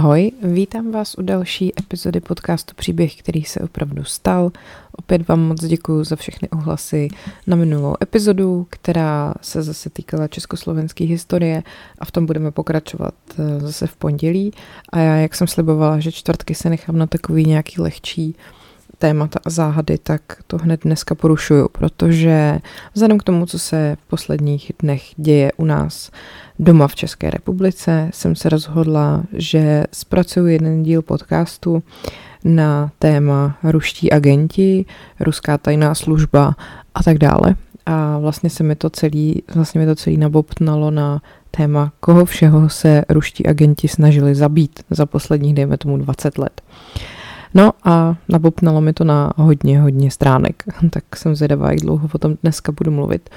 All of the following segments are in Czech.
Ahoj, vítám vás u další epizody podcastu Příběh, který se opravdu stal. Opět vám moc děkuju za všechny ohlasy na minulou epizodu, která se zase týkala československé historie a v tom budeme pokračovat zase v pondělí. A já, jak jsem slibovala, že čtvrtky se nechám na takový nějaký lehčí témata a záhady, tak to hned dneska porušuju, protože vzhledem k tomu, co se v posledních dnech děje u nás doma v České republice, jsem se rozhodla, že zpracuju jeden díl podcastu na téma ruští agenti, ruská tajná služba a tak dále. A vlastně mi to celý nabobtnalo na téma, koho všeho se ruští agenti snažili zabít za posledních, dejme tomu, 20 let. No a nabobtnalo mi to na hodně stránek, tak jsem zvědavá, jak dlouho o tom dneska budu mluvit.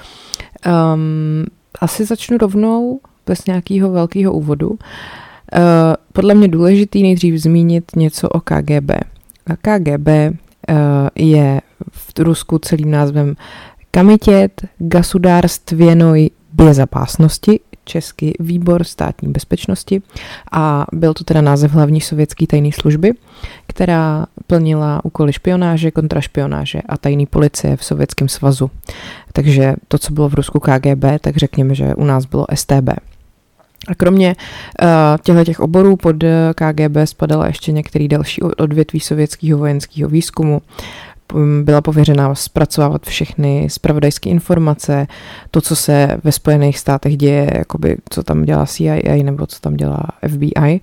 Asi začnu rovnou, bez nějakého velkého úvodu. Podle mě důležitý nejdřív zmínit něco o KGB. KGB je v Rusku celým názvem Komitet Государственной безопасности, česky Výbor státní bezpečnosti, a byl to teda název hlavní sovětské tajné služby, která plnila úkoly špionáže, kontrašpionáže a tajné policie v Sovětském svazu. Takže to, co bylo v Rusku KGB, tak řekněme, že u nás bylo StB. A kromě těchto oborů pod KGB spadala ještě některé další odvětví sovětského vojenského výzkumu. Byla pověřena zpracovávat všechny zpravodajské informace, to, co se ve Spojených státech děje, jakoby co tam dělá CIA nebo co tam dělá FBI.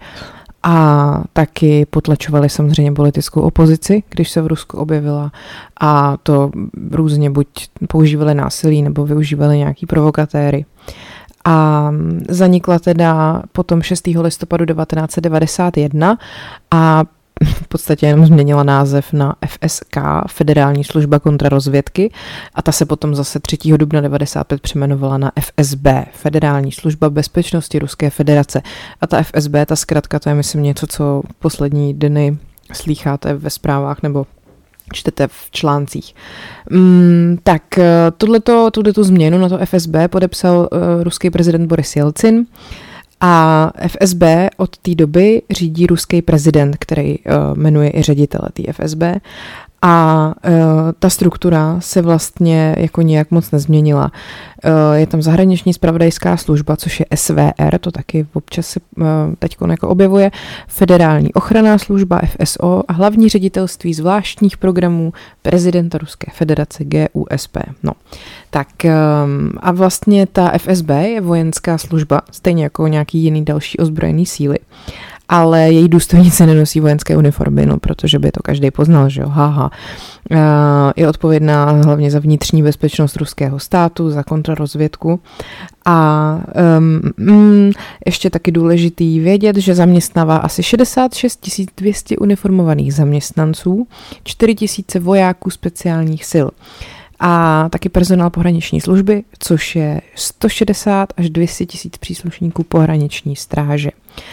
A taky potlačovali samozřejmě politickou opozici, když se v Rusku objevila, a to různě buď používali násilí nebo využívali nějaký provokatéry. A zanikla teda potom 6. listopadu 1991 a v podstatě jenom změnila název na FSK, Federální služba kontrarozvědky, a ta se potom zase 3. dubna 1995 přejmenovala na FSB, Federální služba bezpečnosti Ruské federace. A ta FSB, ta zkratka, to je myslím něco, co poslední dny slýcháte ve zprávách nebo čtete v článcích. Tak tuhletu změnu na to FSB podepsal ruský prezident Boris Jelcin. A FSB od té doby řídí ruský prezident, který jmenuje i ředitele té FSB. A ta struktura se vlastně jako nějak moc nezměnila. Je tam zahraniční zpravodajská služba, což je SVR, to taky občas se teď jako objevuje, Federální ochranná služba FSO a hlavní ředitelství zvláštních programů prezidenta Ruské federace GUSP. No, tak a vlastně ta FSB je vojenská služba, stejně jako nějaký jiný další ozbrojený síly. Ale její důstojníci nenosí vojenské uniformy, no, protože by to každý poznal, že jo, haha. Je odpovědná hlavně za vnitřní bezpečnost ruského státu, za kontrarozvědku a ještě taky důležitý vědět, že zaměstnává asi 66 200 uniformovaných zaměstnanců, 4 000 vojáků speciálních sil a taky personál pohraniční služby, což je 160 až 200 000 příslušníků pohraniční stráže.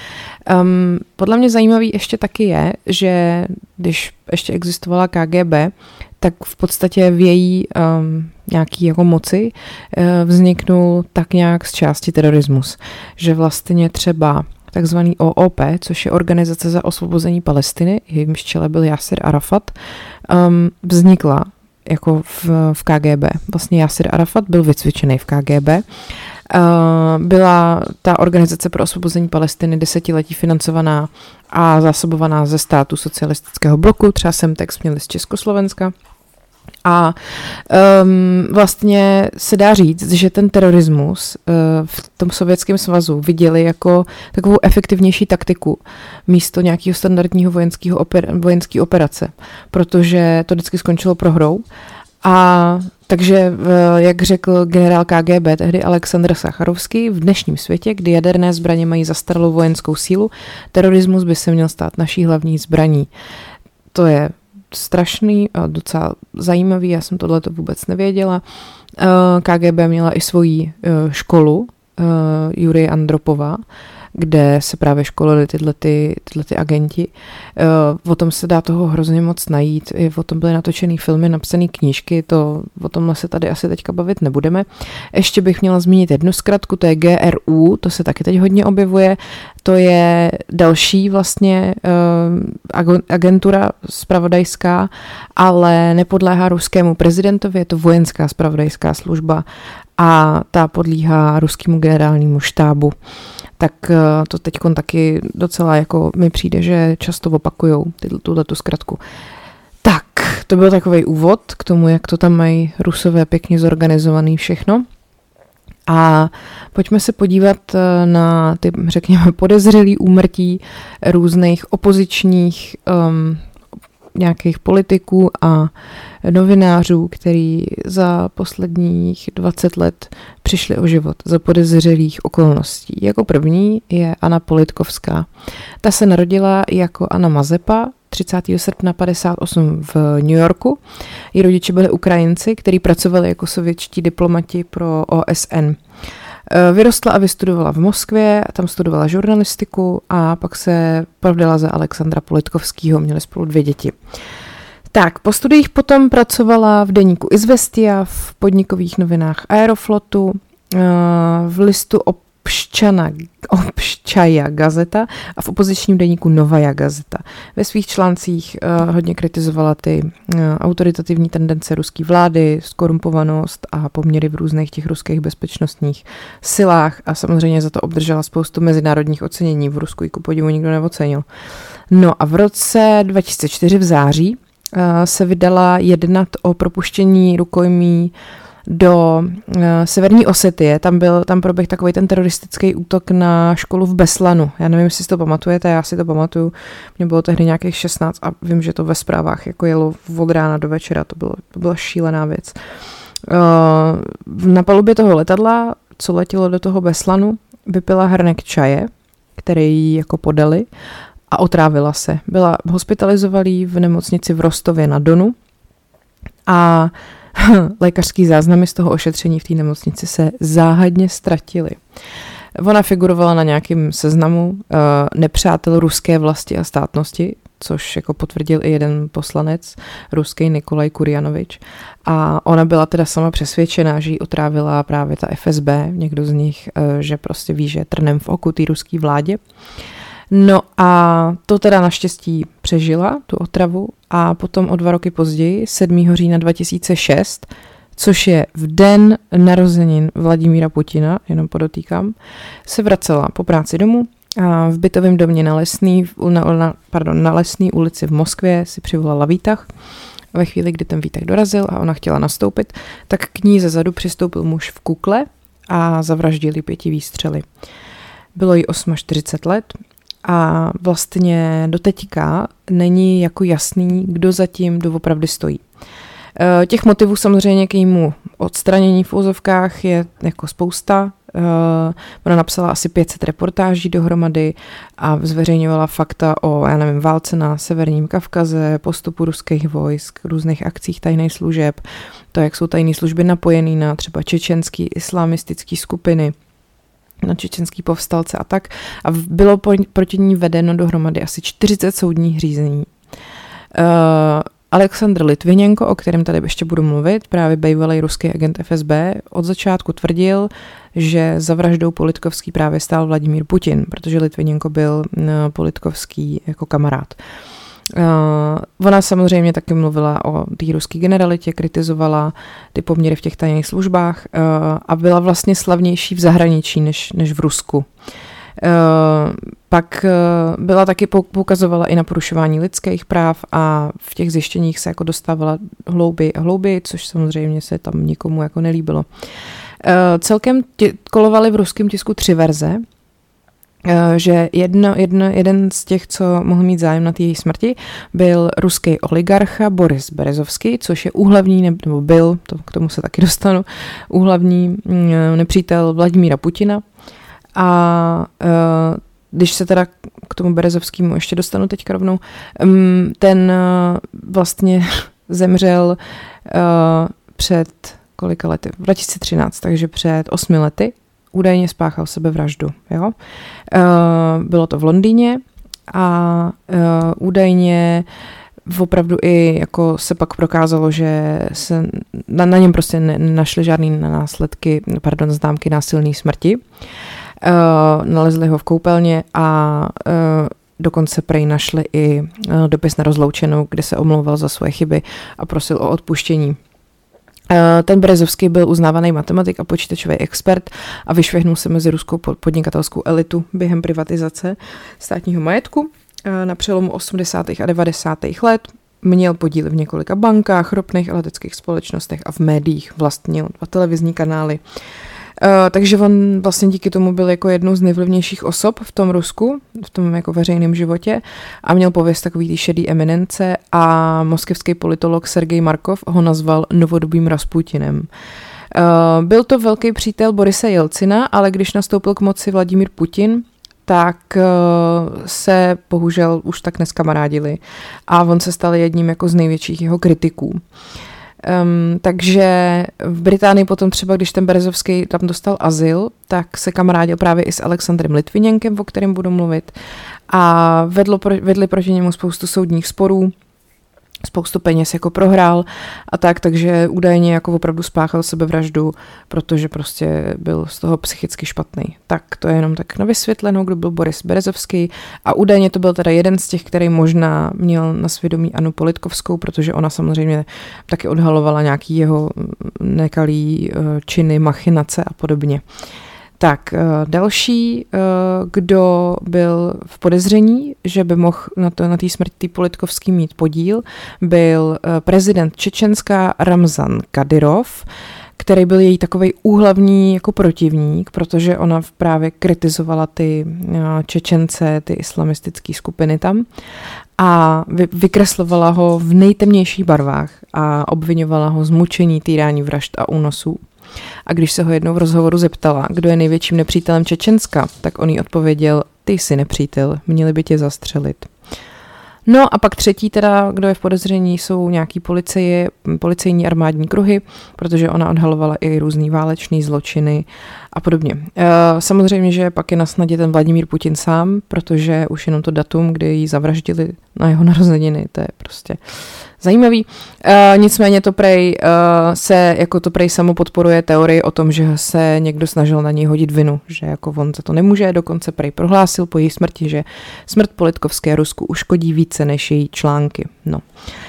Podle mě zajímavý ještě taky je, že když ještě existovala KGB, tak v podstatě v její nějaký jako moci vzniknul tak nějak z části terorismus. Že vlastně třeba takzvaný OOP, což je Organizace za osvobození Palestiny, jejímž čele byl Jasir Arafat, vznikla jako v KGB. Vlastně Jasir Arafat byl vycvičený v KGB. Byla ta Organizace pro osvobození Palestiny desetiletí financovaná a zásobovaná ze státu socialistického bloku, třeba Semtex měli z Československa. A vlastně se dá říct, že ten terorismus v tom Sovětském svazu viděli jako takovou efektivnější taktiku místo nějakého standardního vojenské operace, protože to vždycky skončilo prohrou. A takže, jak řekl generál KGB tehdy Aleksandr Sacharovský, v dnešním světě, kdy jaderné zbraně mají zastaralou vojenskou sílu, terorismus by se měl stát naší hlavní zbraní. To je strašný a docela zajímavý, já jsem tohleto vůbec nevěděla. KGB měla i svoji školu, Jurij Andropova, kde se právě školili tyhle agenti. O tom se dá toho hrozně moc najít, i o tom byly natočený filmy, napsané knížky, o tomhle se tady asi teďka bavit nebudeme. Ještě bych měla zmínit jednu zkratku, to je GRU, to se taky teď hodně objevuje, to je další vlastně agentura zpravodajská, ale nepodléhá ruskému prezidentovi, je to vojenská zpravodajská služba a ta podléhá ruskému generálnímu štábu. Tak to teďkon taky docela jako mi přijde, že často opakujou tuhletu zkratku. Tak, to byl takovej úvod k tomu, jak to tam mají Rusové pěkně zorganizovaný všechno. A pojďme se podívat na ty, řekněme, podezřelý úmrtí různých opozičních nějakých politiků a novinářů, který za posledních 20 let přišli o život za podezřelých okolností. Jako první je Anna Politkovská. Ta se narodila jako Anna Mazepa 30. srpna 1958 v New Yorku. Její rodiče byli Ukrajinci, kteří pracovali jako sovětští diplomati pro OSN. Vyrostla a vystudovala v Moskvě, tam studovala žurnalistiku a pak se provdala za Alexandra Politkovského, měli spolu 2 děti. Tak, po studiích potom pracovala v deníku Izvestia, v podnikových novinách Aeroflotu, v listu Obščaja gazeta a v opozičním deníku Novaja gazeta. Ve svých článcích hodně kritizovala ty autoritativní tendence ruské vlády, skorumpovanost a poměry v různých těch ruských bezpečnostních silách a samozřejmě za to obdržela spoustu mezinárodních ocenění. V Rusku ji ku podivu nikdo neocenil. No a v roce 2004 v září se vydala jednat o propuštění rukojmí do Severní Osetie. Tam proběh takový ten teroristický útok na školu v Beslanu. Já nevím, jestli si to pamatujete, já si to pamatuju. Mně bylo tehdy nějakých 16 a vím, že to ve zprávách jako jelo od rána do večera. To byla šílená věc. Na palubě toho letadla, co letělo do toho Beslanu, vypila hrnek čaje, který jí jako podali a otrávila se. Byla hospitalizovaná v nemocnici v Rostově na Donu a lékařský záznamy z toho ošetření v té nemocnici se záhadně ztratily. Ona figurovala na nějakém seznamu nepřátel ruské vlasti a státnosti, což jako potvrdil i jeden poslanec ruský Nikolaj Kurjanovič. A ona byla teda sama přesvědčená, že ji otrávila právě ta FSB, někdo z nich, že prostě ví, že je trnem v oku té ruské vládě. No a to teda naštěstí přežila, tu otravu, a potom o 2 roky později, 7. října 2006, což je v den narozenin Vladimíra Putina, jenom podotýkám, se vracela po práci domů a v bytovém domě na Lesní ulici v Moskvě si přivolala výtah. Ve chvíli, kdy ten výtah dorazil a ona chtěla nastoupit, tak k ní zezadu přistoupil muž v kukle a zavraždil ji 5 výstřely. Bylo jí 48 let a vlastně doteďka není jako jasný, kdo zatím doopravdy stojí. Těch motivů samozřejmě k jejímu odstranění v úzovkách je jako spousta. Ona napsala asi 500 reportáží dohromady a zveřejňovala fakta o, válce na Severním Kavkaze, postupu ruských vojsk, různých akcích tajných služeb, to, jak jsou tajné služby napojený na třeba čečenský islamistický skupiny, na čečenský povstalce a tak. A bylo proti ní vedeno dohromady asi 40 soudních řízení. Alexandr Litvinenko, o kterém tady ještě budu mluvit, právě bývalý ruský agent FSB, od začátku tvrdil, že za vraždou Politkovský právě stál Vladimír Putin, protože Litvinenko byl Politkovský jako kamarád. Ona samozřejmě taky mluvila o té ruské generalitě, kritizovala ty poměry v těch tajných službách a byla vlastně slavnější v zahraničí než v Rusku. Pak byla taky poukazovala i na porušování lidských práv a v těch zjištěních se jako dostávala hlouběji a hlouběji, což samozřejmě se tam nikomu jako nelíbilo. Celkem kolovaly v ruském tisku 3 verze, že jeden z těch, co mohl mít zájem na té její smrti, byl ruský oligarcha Boris Berezovský, což je úhlavní, nebo byl, k tomu se taky dostanu, úhlavní nepřítel Vladimíra Putina. A když se teda k tomu Berezovskému ještě dostanu teďka rovnou, ten vlastně zemřel před kolika lety? V 2013, takže před 8 lety. údajně spáchal sebevraždu. Jo? Bylo to v Londýně a údajně opravdu i jako se pak prokázalo, že se na něm prostě nenašly žádný známky násilné smrti. Nalezli ho v koupelně a dokonce prej našli i dopis na rozloučenou, kde se omlouval za svoje chyby a prosil o odpuštění. Ten Berezovský byl uznávaný matematik a počítačový expert a vyšvihnul se mezi ruskou podnikatelskou elitu během privatizace státního majetku. Na přelomu 80. a 90. let měl podíly v několika bankách, ropných a leteckých společnostech a v médiích, vlastnil 2 televizní kanály. Takže on vlastně díky tomu byl jako jednou z nejvlivnějších osob v tom Rusku, v tom jako veřejném životě a měl pověst takový tý šedý eminence a moskevský politolog Sergej Markov ho nazval novodobým Rasputinem. Byl to velký přítel Borise Jelcina, ale když nastoupil k moci Vladimír Putin, tak se bohužel už tak neskamarádili a on se stal jedním jako z největších jeho kritiků. Takže v Británii potom třeba, když ten Berezovský tam dostal azyl, tak se kamarádil právě i s Alexandrem Litviněnkem, o kterém budu mluvit, a vedli proti němu spoustu soudních sporů, spoustu peněz jako prohrál a tak, takže údajně jako opravdu spáchal sebevraždu, protože prostě byl z toho psychicky špatný. Tak to je jenom tak na vysvětlenou, kdo byl Boris Berezovský a údajně to byl teda jeden z těch, který možná měl na svědomí Annu Politkovskou, protože ona samozřejmě taky odhalovala nějaký jeho nekalý činy, machinace a podobně. Tak další, kdo byl v podezření, že by mohl na té smrti Politkovský mít podíl, byl prezident Čečenska Ramzan Kadyrov, který byl její takovej úhlavní jako protivník, protože ona právě kritizovala ty Čečence, ty islamistické skupiny tam a vykreslovala ho v nejtemnějších barvách a obvinovala ho z mučení, týrání, vražd a únosů. A když se ho jednou v rozhovoru zeptala, kdo je největším nepřítelem Čečenska, tak on jí odpověděl, ty jsi nepřítel, měli by tě zastřelit. No a pak třetí teda, kdo je v podezření, jsou nějaký policejní armádní kruhy, protože ona odhalovala i různý válečný zločiny a podobně. Samozřejmě, že pak je na snadě ten Vladimír Putin sám, protože už jenom to datum, kdy ji zavraždili na jeho narozeniny, to je prostě zajímavý. Nicméně to prej to prej samo podporuje teorii o tom, že se někdo snažil na něj hodit vinu, že jako on za to nemůže, dokonce prej prohlásil po její smrti, že smrt Politkovské Rusku uškodí více než její články. No.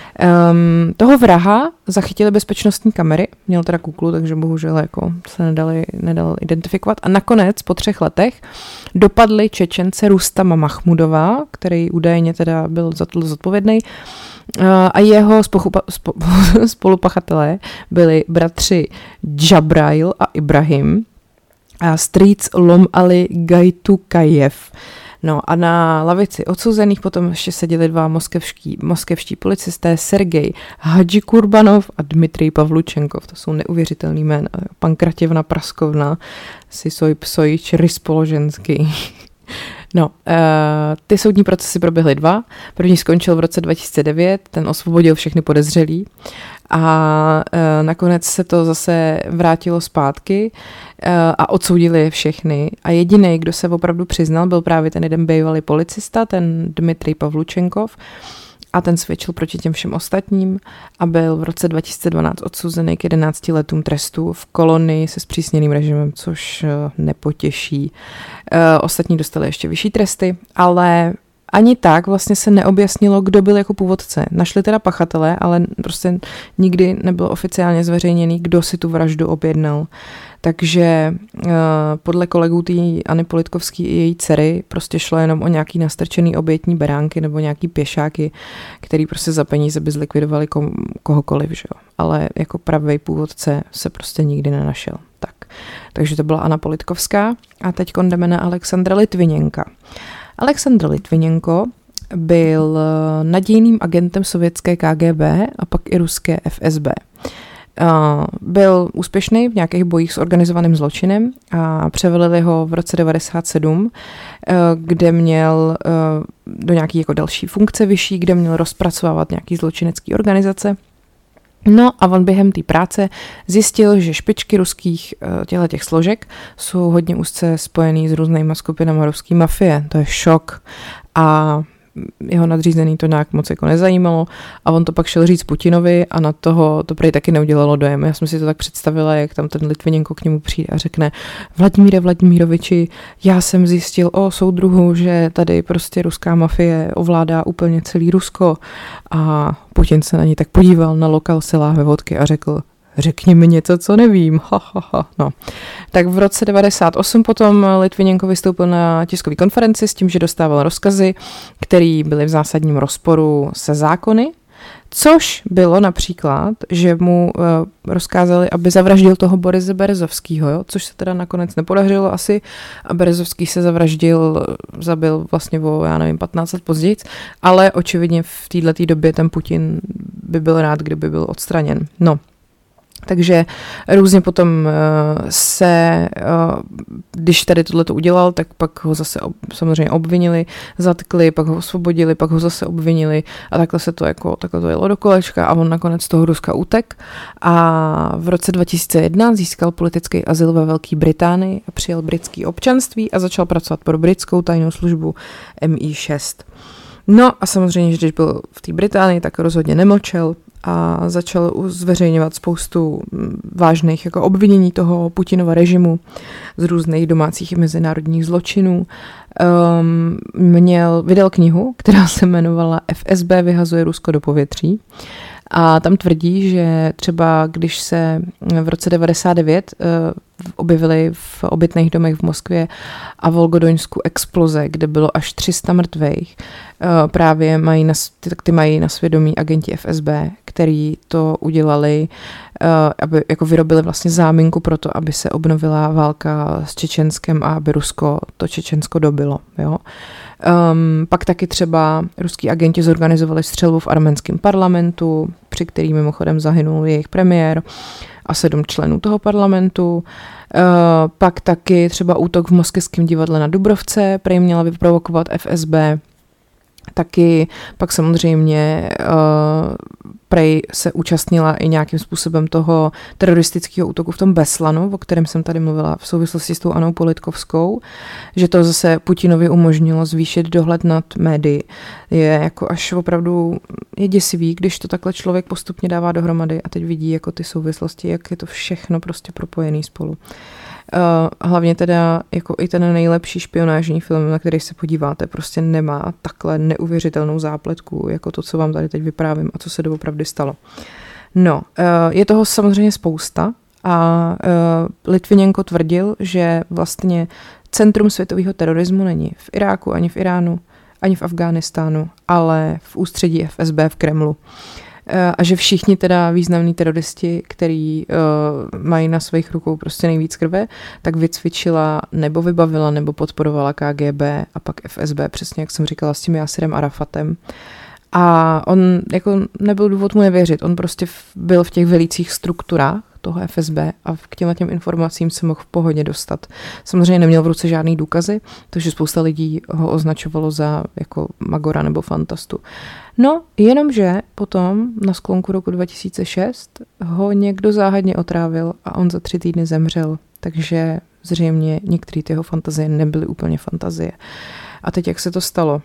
Toho vraha zachytili bezpečnostní kamery, měl teda kuklu, takže bohužel jako se nedal identifikovat a nakonec po 3 letech dopadli Čečence Rustama Mahmudova, který údajně teda byl za to zodpovědný, a jeho spolupachatelé byli bratři Džabrail a Ibrahim a strýc Lom Ali Gajtukajev. No a na lavici odsouzených potom ještě seděli 2 moskevští policisté, Sergej Hadžikurbanov a Dmitrij Pavlučenkov. To jsou neuvěřitelný jména. Pankratěvna Praskovna, Sisoj Psojič Ryspoloženský. No, ty soudní procesy proběhly 2. První skončil v roce 2009, ten osvobodil všechny podezřelí a nakonec se to zase vrátilo zpátky a odsoudili všechny. A jediný, kdo se opravdu přiznal, byl právě ten jeden bývalý policista, ten Dmitrij Pavlučenkov, a ten svědčil proti těm všem ostatním a byl v roce 2012 odsouzený k 11 letům trestu v kolonii se zpřísněným režimem, což nepotěší. Ostatní dostali ještě vyšší tresty, ale ani tak vlastně se neobjasnilo, kdo byl jako původce. Našli teda pachatele, ale prostě nikdy nebylo oficiálně zveřejněný, kdo si tu vraždu objednal. Takže podle kolegů té Anny Politkovské i její dcery prostě šlo jenom o nějaký nastrčený obětní beránky nebo nějaký pěšáky, který prostě za peníze by zlikvidovali kohokoliv, že jo. Ale jako pravý původce se prostě nikdy nenašel. Takže to byla Anna Politkovská a teď jdeme na Alexandra Litviněnka. Alexandr Litviněnko byl nadějným agentem sovětské KGB a pak i ruské FSB. Byl úspěšný v nějakých bojích s organizovaným zločinem a převelili ho v roce 1997, kde měl do nějaký jako další funkce vyšší, kde měl rozpracovávat nějaký zločinecký organizace. No a on během té práce zjistil, že špičky ruských těch složek jsou hodně úzce spojený s různýma skupinama ruské mafie. To je šok. A jeho nadřízený to nějak moc jako nezajímalo a on to pak šel říct Putinovi a na toho to prej taky neudělalo dojem. Já jsem si to tak představila, jak tam ten Litvinenko k němu přijde a řekne: Vladimíre Vladimiroviči, já jsem zjistil o soudruhu, že tady prostě ruská mafie ovládá úplně celý Rusko. A Putin se na ní tak podíval na lokal se láhve vodky a řekl: řekni mi něco, co nevím. No. Tak v roce 98 potom Litvinenko vystoupil na tiskové konferenci s tím, že dostával rozkazy, které byly v zásadním rozporu se zákony, což bylo například, že mu rozkázali, aby zavraždil toho Borise Berezovského, jo? Což se teda nakonec nepodařilo asi a Berezovský se zabil vlastně o, 15 let později, ale očividně v této době ten Putin by byl rád, kdyby byl odstraněn. No. Takže různě potom když tady tohleto udělal, tak pak ho zase samozřejmě obvinili, zatkli, pak ho osvobodili, pak ho zase obvinili a takhle to jelo do kolečka a on nakonec z toho Ruska utek a v roce 2001 získal politický azyl ve Velké Británii a přijal britské občanství a začal pracovat pro britskou tajnou službu MI6. No a samozřejmě, že když byl v té Británii, tak rozhodně nemlčel a začal zveřejňovat spoustu vážných jako obvinění toho Putinova režimu z různých domácích i mezinárodních zločinů. Vydal knihu, která se jmenovala FSB vyhazuje Rusko do povětří. A tam tvrdí, že třeba když se v roce 99 objevily v obytných domech v Moskvě a Volgodoňsku exploze, kde bylo až 300 mrtvých, právě mají na svědomí agenti FSB, který to udělali, aby jako vyrobili vlastně záminku pro to, aby se obnovila válka s Čečenskem a aby Rusko to Čečensko dobilo. Jo? Pak taky třeba ruský agenti zorganizovali střelbu v arménském parlamentu, při který mimochodem zahynul jejich premiér a 7 členů toho parlamentu. Pak taky třeba útok v Moskevském divadle na Dubrovce, prej měla vyprovokovat FSB. Taky pak samozřejmě prej se účastnila i nějakým způsobem toho teroristického útoku v tom Beslanu, o kterém jsem tady mluvila v souvislosti s tou Annou Politkovskou, že to zase Putinovi umožnilo zvýšit dohled nad médii. Je jako až opravdu je děsivý, když to takhle člověk postupně dává dohromady a teď vidí jako ty souvislosti, jak je to všechno prostě propojený spolu. Hlavně teda jako i ten nejlepší špionážní film, na který se podíváte, prostě nemá takhle neuvěřitelnou zápletku, jako to, co vám tady teď vyprávím a co se doopravdy stalo. No, je toho samozřejmě spousta a Litvinenko tvrdil, že vlastně centrum světového terorismu není v Iráku, ani v Iránu, ani v Afghánistánu, ale v ústředí FSB v Kremlu. A že všichni teda významní teroristi, který mají na svých rukou prostě nejvíc krve, tak vycvičila nebo vybavila nebo podporovala KGB a pak FSB, přesně jak jsem říkala, s tím Jasirem Arafatem. A on jako nebyl důvod mu nevěřit, on prostě byl v těch velících strukturách toho FSB a k těm informacím se mohl v pohodě dostat. Samozřejmě neměl v ruce žádný důkazy, takže spousta lidí ho označovalo za jako magora nebo fantastu. No, jenomže potom na sklonku roku 2006 ho někdo záhadně otrávil a on za 3 týdny zemřel, takže zřejmě některé ty jeho fantazie nebyly úplně fantazie. A teď jak se to stalo?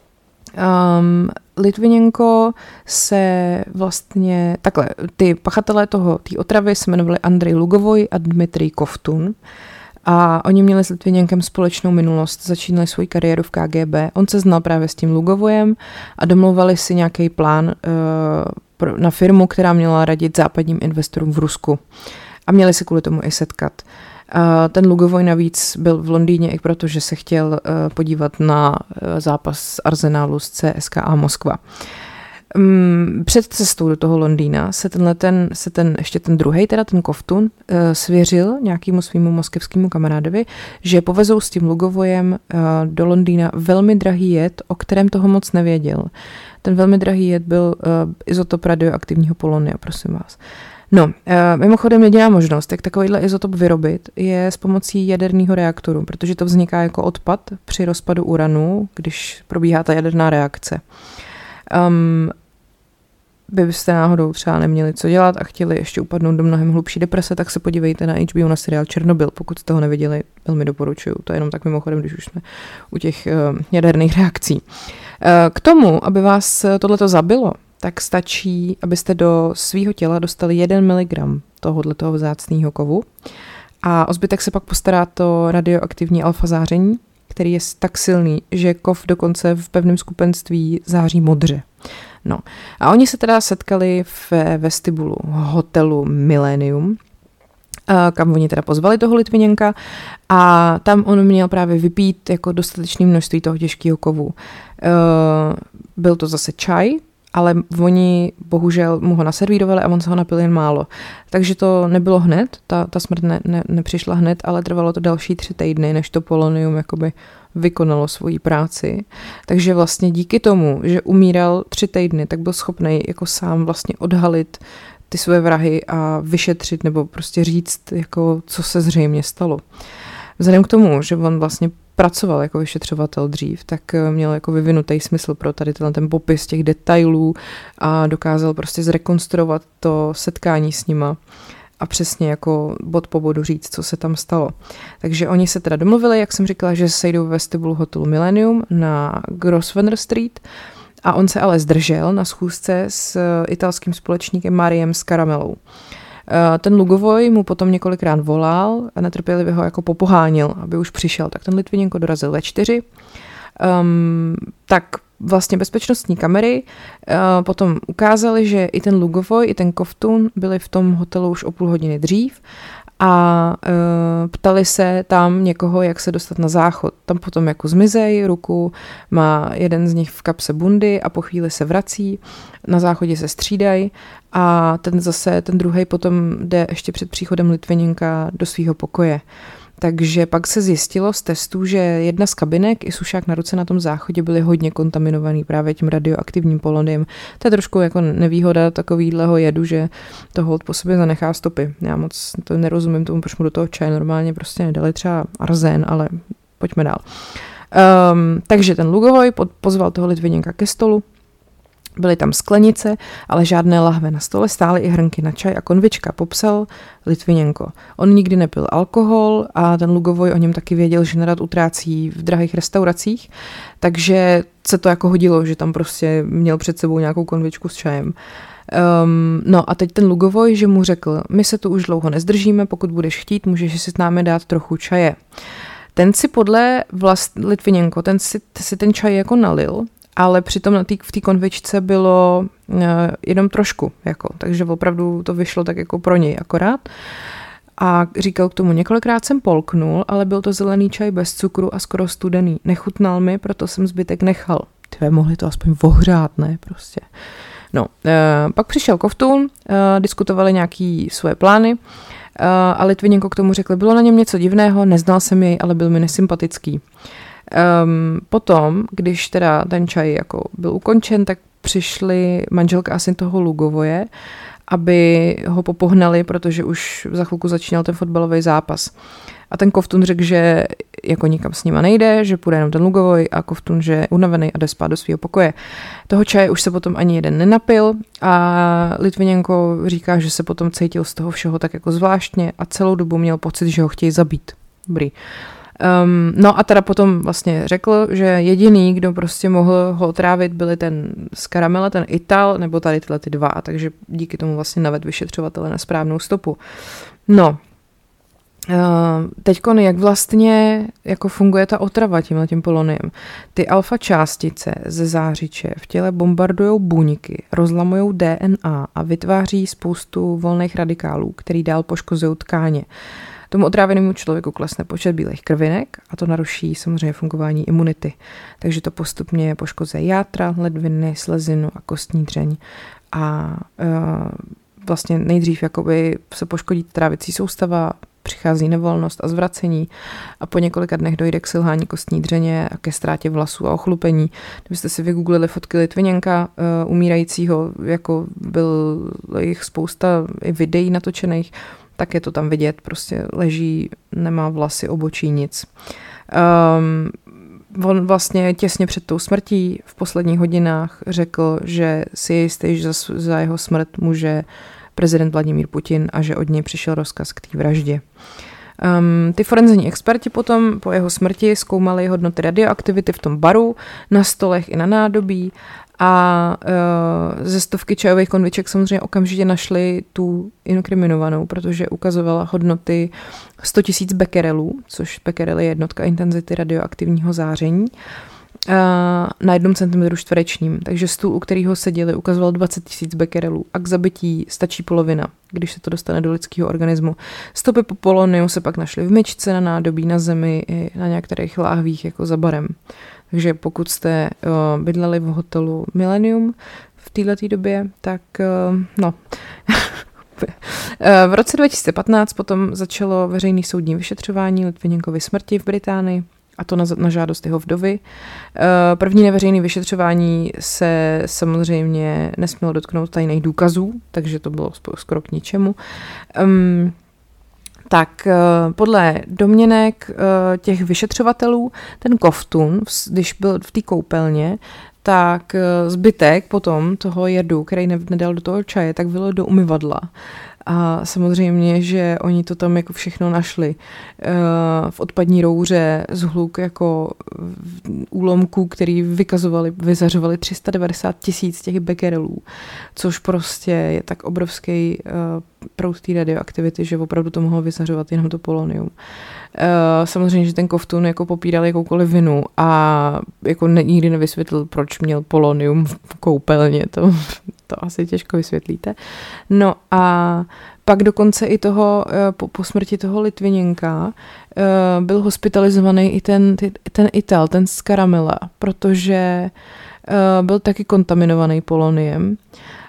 Litvinenko se vlastně, takhle, ty pachatelé té otravy se jmenovali Andrej Lugovoj a Dmitrij Kovtun a oni měli s Litvinenkem společnou minulost, začínali svoji kariéru v KGB, on se znal právě s tím Lugovojem a domlouvali si nějaký plán na firmu, která měla radit západním investorům v Rusku a měli se kvůli tomu i setkat. Ten Lugovoj navíc byl v Londýně i proto, že se chtěl podívat na zápas Arsenálu s CSKA Moskva. Před cestou do toho Londýna se ještě ten druhej, teda ten Kovtun, svěřil nějakému svýmu moskevskému kamarádovi, že povezou s tím Lugovojem do Londýna velmi drahý jed, o kterém toho moc nevěděl. Ten velmi drahý jed byl izotop radioaktivního polonia, prosím vás. No, mimochodem jediná možnost, jak takovýhle izotop vyrobit, je s pomocí jaderného reaktoru, protože to vzniká jako odpad při rozpadu uranu, když probíhá ta jaderná reakce. byste náhodou třeba neměli co dělat a chtěli ještě upadnout do mnohem hlubší deprese, tak se podívejte na HBO na seriál Černobyl, pokud jste ho neviděli, velmi doporučuju. To je jenom tak mimochodem, když už jsme u těch jaderných reakcí. K tomu, aby vás tohleto zabilo, tak stačí, abyste do svého těla dostali 1 mg tohoto vzácného kovu a o zbytek se pak postará to radioaktivní alfa záření, který je tak silný, že kov dokonce v pevném skupenství září modře. No. A oni se teda setkali v vestibulu hotelu Millennium, kam oni teda pozvali toho Litviněnka a tam on měl právě vypít jako dostatečné množství toho těžkého kovu. Byl to zase čaj, ale oni bohužel mu ho naservírovali a on se ho napil jen málo. Takže to nebylo hned, ta smrt nepřišla hned, ale trvalo to další 3 týdny, než to polonium jakoby vykonalo svoji práci. Takže vlastně díky tomu, že umíral 3 týdny, tak byl schopný jako sám vlastně odhalit ty své vrahy a vyšetřit nebo prostě říct, jako, co se zřejmě stalo. Vzhledem k tomu, že on vlastně pracoval jako vyšetřovatel dřív, tak měl jako vyvinutý smysl pro tady ten popis těch detailů a dokázal prostě zrekonstruovat to setkání s nima a přesně jako bod po bodu říct, co se tam stalo. Takže oni se teda domluvili, jak jsem říkala, že se sejdou ve vestibulu hotelu Millennium na Grosvenor Street a on se ale zdržel na schůzce s italským společníkem Mariem Scaramelou. Ten Lugovoj mu potom několikrát volal a netrpělivě ho jako popohánil, aby už přišel. Tak ten Litviněnko dorazil ve 4. Tak vlastně bezpečnostní kamery potom ukázaly, že i ten Lugovoj, i ten Kovtun byli v tom hotelu už o půl hodiny dřív a ptali se tam někoho, jak se dostat na záchod. Tam potom jako zmizej ruku, má jeden z nich v kapse bundy a po chvíli se vrací, na záchodě se střídají a ten druhej potom jde ještě před příchodem Litviněnka do svého pokoje. Takže pak se zjistilo z testů, že jedna z kabinek i sušák na ruce na tom záchodě byly hodně kontaminovaný právě tím radioaktivním poloniem. To je trošku jako nevýhoda takovýhleho jedu, že to hold po sobě zanechá stopy. Já moc to nerozumím tomu, proč mu do toho čaje normálně prostě nedali třeba arzén, ale pojďme dál. Takže ten Lugovoj pozval toho Litviněnka ke stolu. Byly tam sklenice, ale žádné lahve na stole, stály i hrnky na čaj a konvička, popsal Litviněnko. On nikdy nepil alkohol a ten Lugovoj o něm taky věděl, že nerad utrácí v drahých restauracích, takže se to jako hodilo, že tam prostě měl před sebou nějakou konvičku s čajem. No a teď ten Lugovoj, že mu řekl, my se tu už dlouho nezdržíme, pokud budeš chtít, můžeš si s námi dát trochu čaje. Ten si podle Litviněnko, ten si ten čaj jako nalil, ale přitom v té konvičce bylo jenom trošku, jako, takže opravdu to vyšlo tak jako pro něj akorát. A říkal k tomu, několikrát jsem polknul, ale byl to zelený čaj bez cukru a skoro studený. Nechutnal mi, proto jsem zbytek nechal. Tyve, mohli to aspoň ohřát, ne, prostě. No, pak přišel Kovtun, diskutovali nějaký svoje plány a Litviněnko k tomu řekl, bylo na něm něco divného, neznal jsem jej, ale byl mi nesympatický. Potom, když teda ten čaj jako byl ukončen, tak přišli manželka a syn toho Lugovoje, aby ho popohnali, protože už za chvilku začínal ten fotbalový zápas. A ten Kovtun řekl, že jako nikam s nima nejde, že půjde jenom ten Lugovoj a Kovtun, že je unavený a jde spát do svého pokoje. Toho čaje už se potom ani jeden nenapil a Litviněnko říká, že se potom cítil z toho všeho tak jako zvláštně a celou dobu měl pocit, že ho chtějí zabít. Dobrý. No a teda potom vlastně řekl, že jediný, kdo prostě mohl ho otrávit, byli ten Scaramella, ten Ital, nebo tady tyhle ty dva, takže díky tomu vlastně navedl vyšetřovatele na správnou stopu. No, teďkon jak vlastně jako funguje ta otrava tímhletím poloniem. Ty alfa částice ze zářiče v těle bombardujou buňky, rozlamujou DNA a vytváří spoustu volných radikálů, který dál poškozují tkáně. Tomu otrávenému člověku klesne počet bílých krvinek a to naruší samozřejmě fungování imunity. Takže to postupně poškozuje játra, ledviny, slezinu a kostní dřeň. A vlastně nejdřív jakoby se poškodí trávicí soustava, přichází nevolnost a zvracení a po několika dnech dojde k selhání kostní dřeně a ke ztrátě vlasů a ochlupení. Kdybyste si vygooglili fotky Litviněnka umírajícího, jako byl jich spousta i videí natočených, tak je to tam vidět, prostě leží, nemá vlasy, obočí, nic. On vlastně těsně před tou smrtí v posledních hodinách řekl, že si je jistý, že za jeho smrt může prezident Vladimír Putin a že od něj přišel rozkaz k té vraždě. Ty forenzní experti potom po jeho smrti zkoumali hodnoty radioaktivity v tom baru, na stolech i na nádobí a ze stovky čajových konviček samozřejmě okamžitě našli tu inkriminovanou, protože ukazovala hodnoty 100 000 bekerelů, což bekerel je jednotka intenzity radioaktivního záření, na 1 cm čtverečním. Takže stůl, u kterého seděli, ukazoval 20 000 bekerelů a k zabití stačí polovina, když se to dostane do lidského organismu. Stopy po poloniu se pak našly v myčce, na nádobí, na zemi i na některých láhvích jako za barem. Takže pokud jste bydleli v hotelu Millennium v této době, tak no. V roce 2015 potom začalo veřejné soudní vyšetřování Litviněnkovy smrti v Británii, a to na žádost jeho vdovy. První neveřejné vyšetřování se samozřejmě nesmělo dotknout tajných důkazů, takže to bylo skoro k ničemu. Tak podle domněnek těch vyšetřovatelů ten koftun, když byl v té koupelně, tak zbytek potom toho jedu, který nedal do toho čaje, tak vylil do umyvadla. A samozřejmě, že oni to tam jako všechno našli. V odpadní rouře zhluk jako úlomků, který vyzařovali 390 000 těch bekerelů, což prostě je tak obrovský proud té radioaktivity, že opravdu to mohlo vyzařovat jenom to polonium. Samozřejmě, že ten koftun jako popíral jakoukoliv vinu a jako nikdy nevysvětlil, proč měl polonium v koupelně. To asi těžko vysvětlíte. No a pak dokonce i toho, po smrti toho Litviněnka byl hospitalizovaný i ten Ital, ten z Karamela, protože byl taky kontaminovaný poloniem.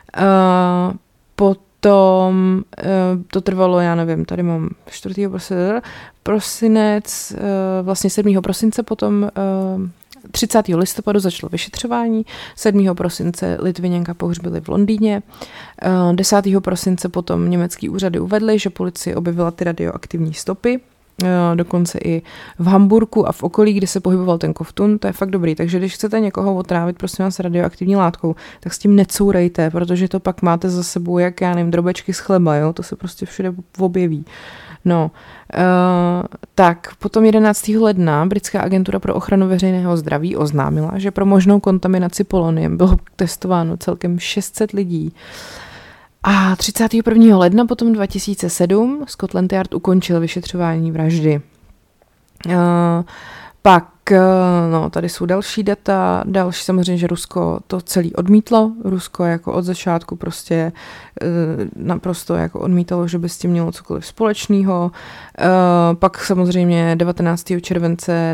Potom to trvalo, já nevím, tady mám 4. prosinec, vlastně 7. prosince potom 30. listopadu začalo vyšetřování, 7. prosince Litviněnka pohřbili v Londýně, 10. prosince potom německý úřady uvedly, že policie objevila ty radioaktivní stopy, dokonce i v Hamburku a v okolí, kde se pohyboval ten koftun, to je fakt dobrý, takže když chcete někoho otrávit, prosím vás, radioaktivní látkou, tak s tím necourejte, protože to pak máte za sebou, jak já nevím, drobečky z chleba, jo? To se prostě všude objeví. No, tak potom 11. ledna britská agentura pro ochranu veřejného zdraví oznámila, že pro možnou kontaminaci poloniem bylo testováno celkem 600 lidí. A 31. ledna potom 2007 Scotland Yard ukončil vyšetřování vraždy. Pak, no, tady jsou další data, další samozřejmě, že Rusko to celý odmítlo. Rusko jako od začátku prostě naprosto jako odmítalo, že by s tím mělo cokoliv společného. Pak samozřejmě 19. července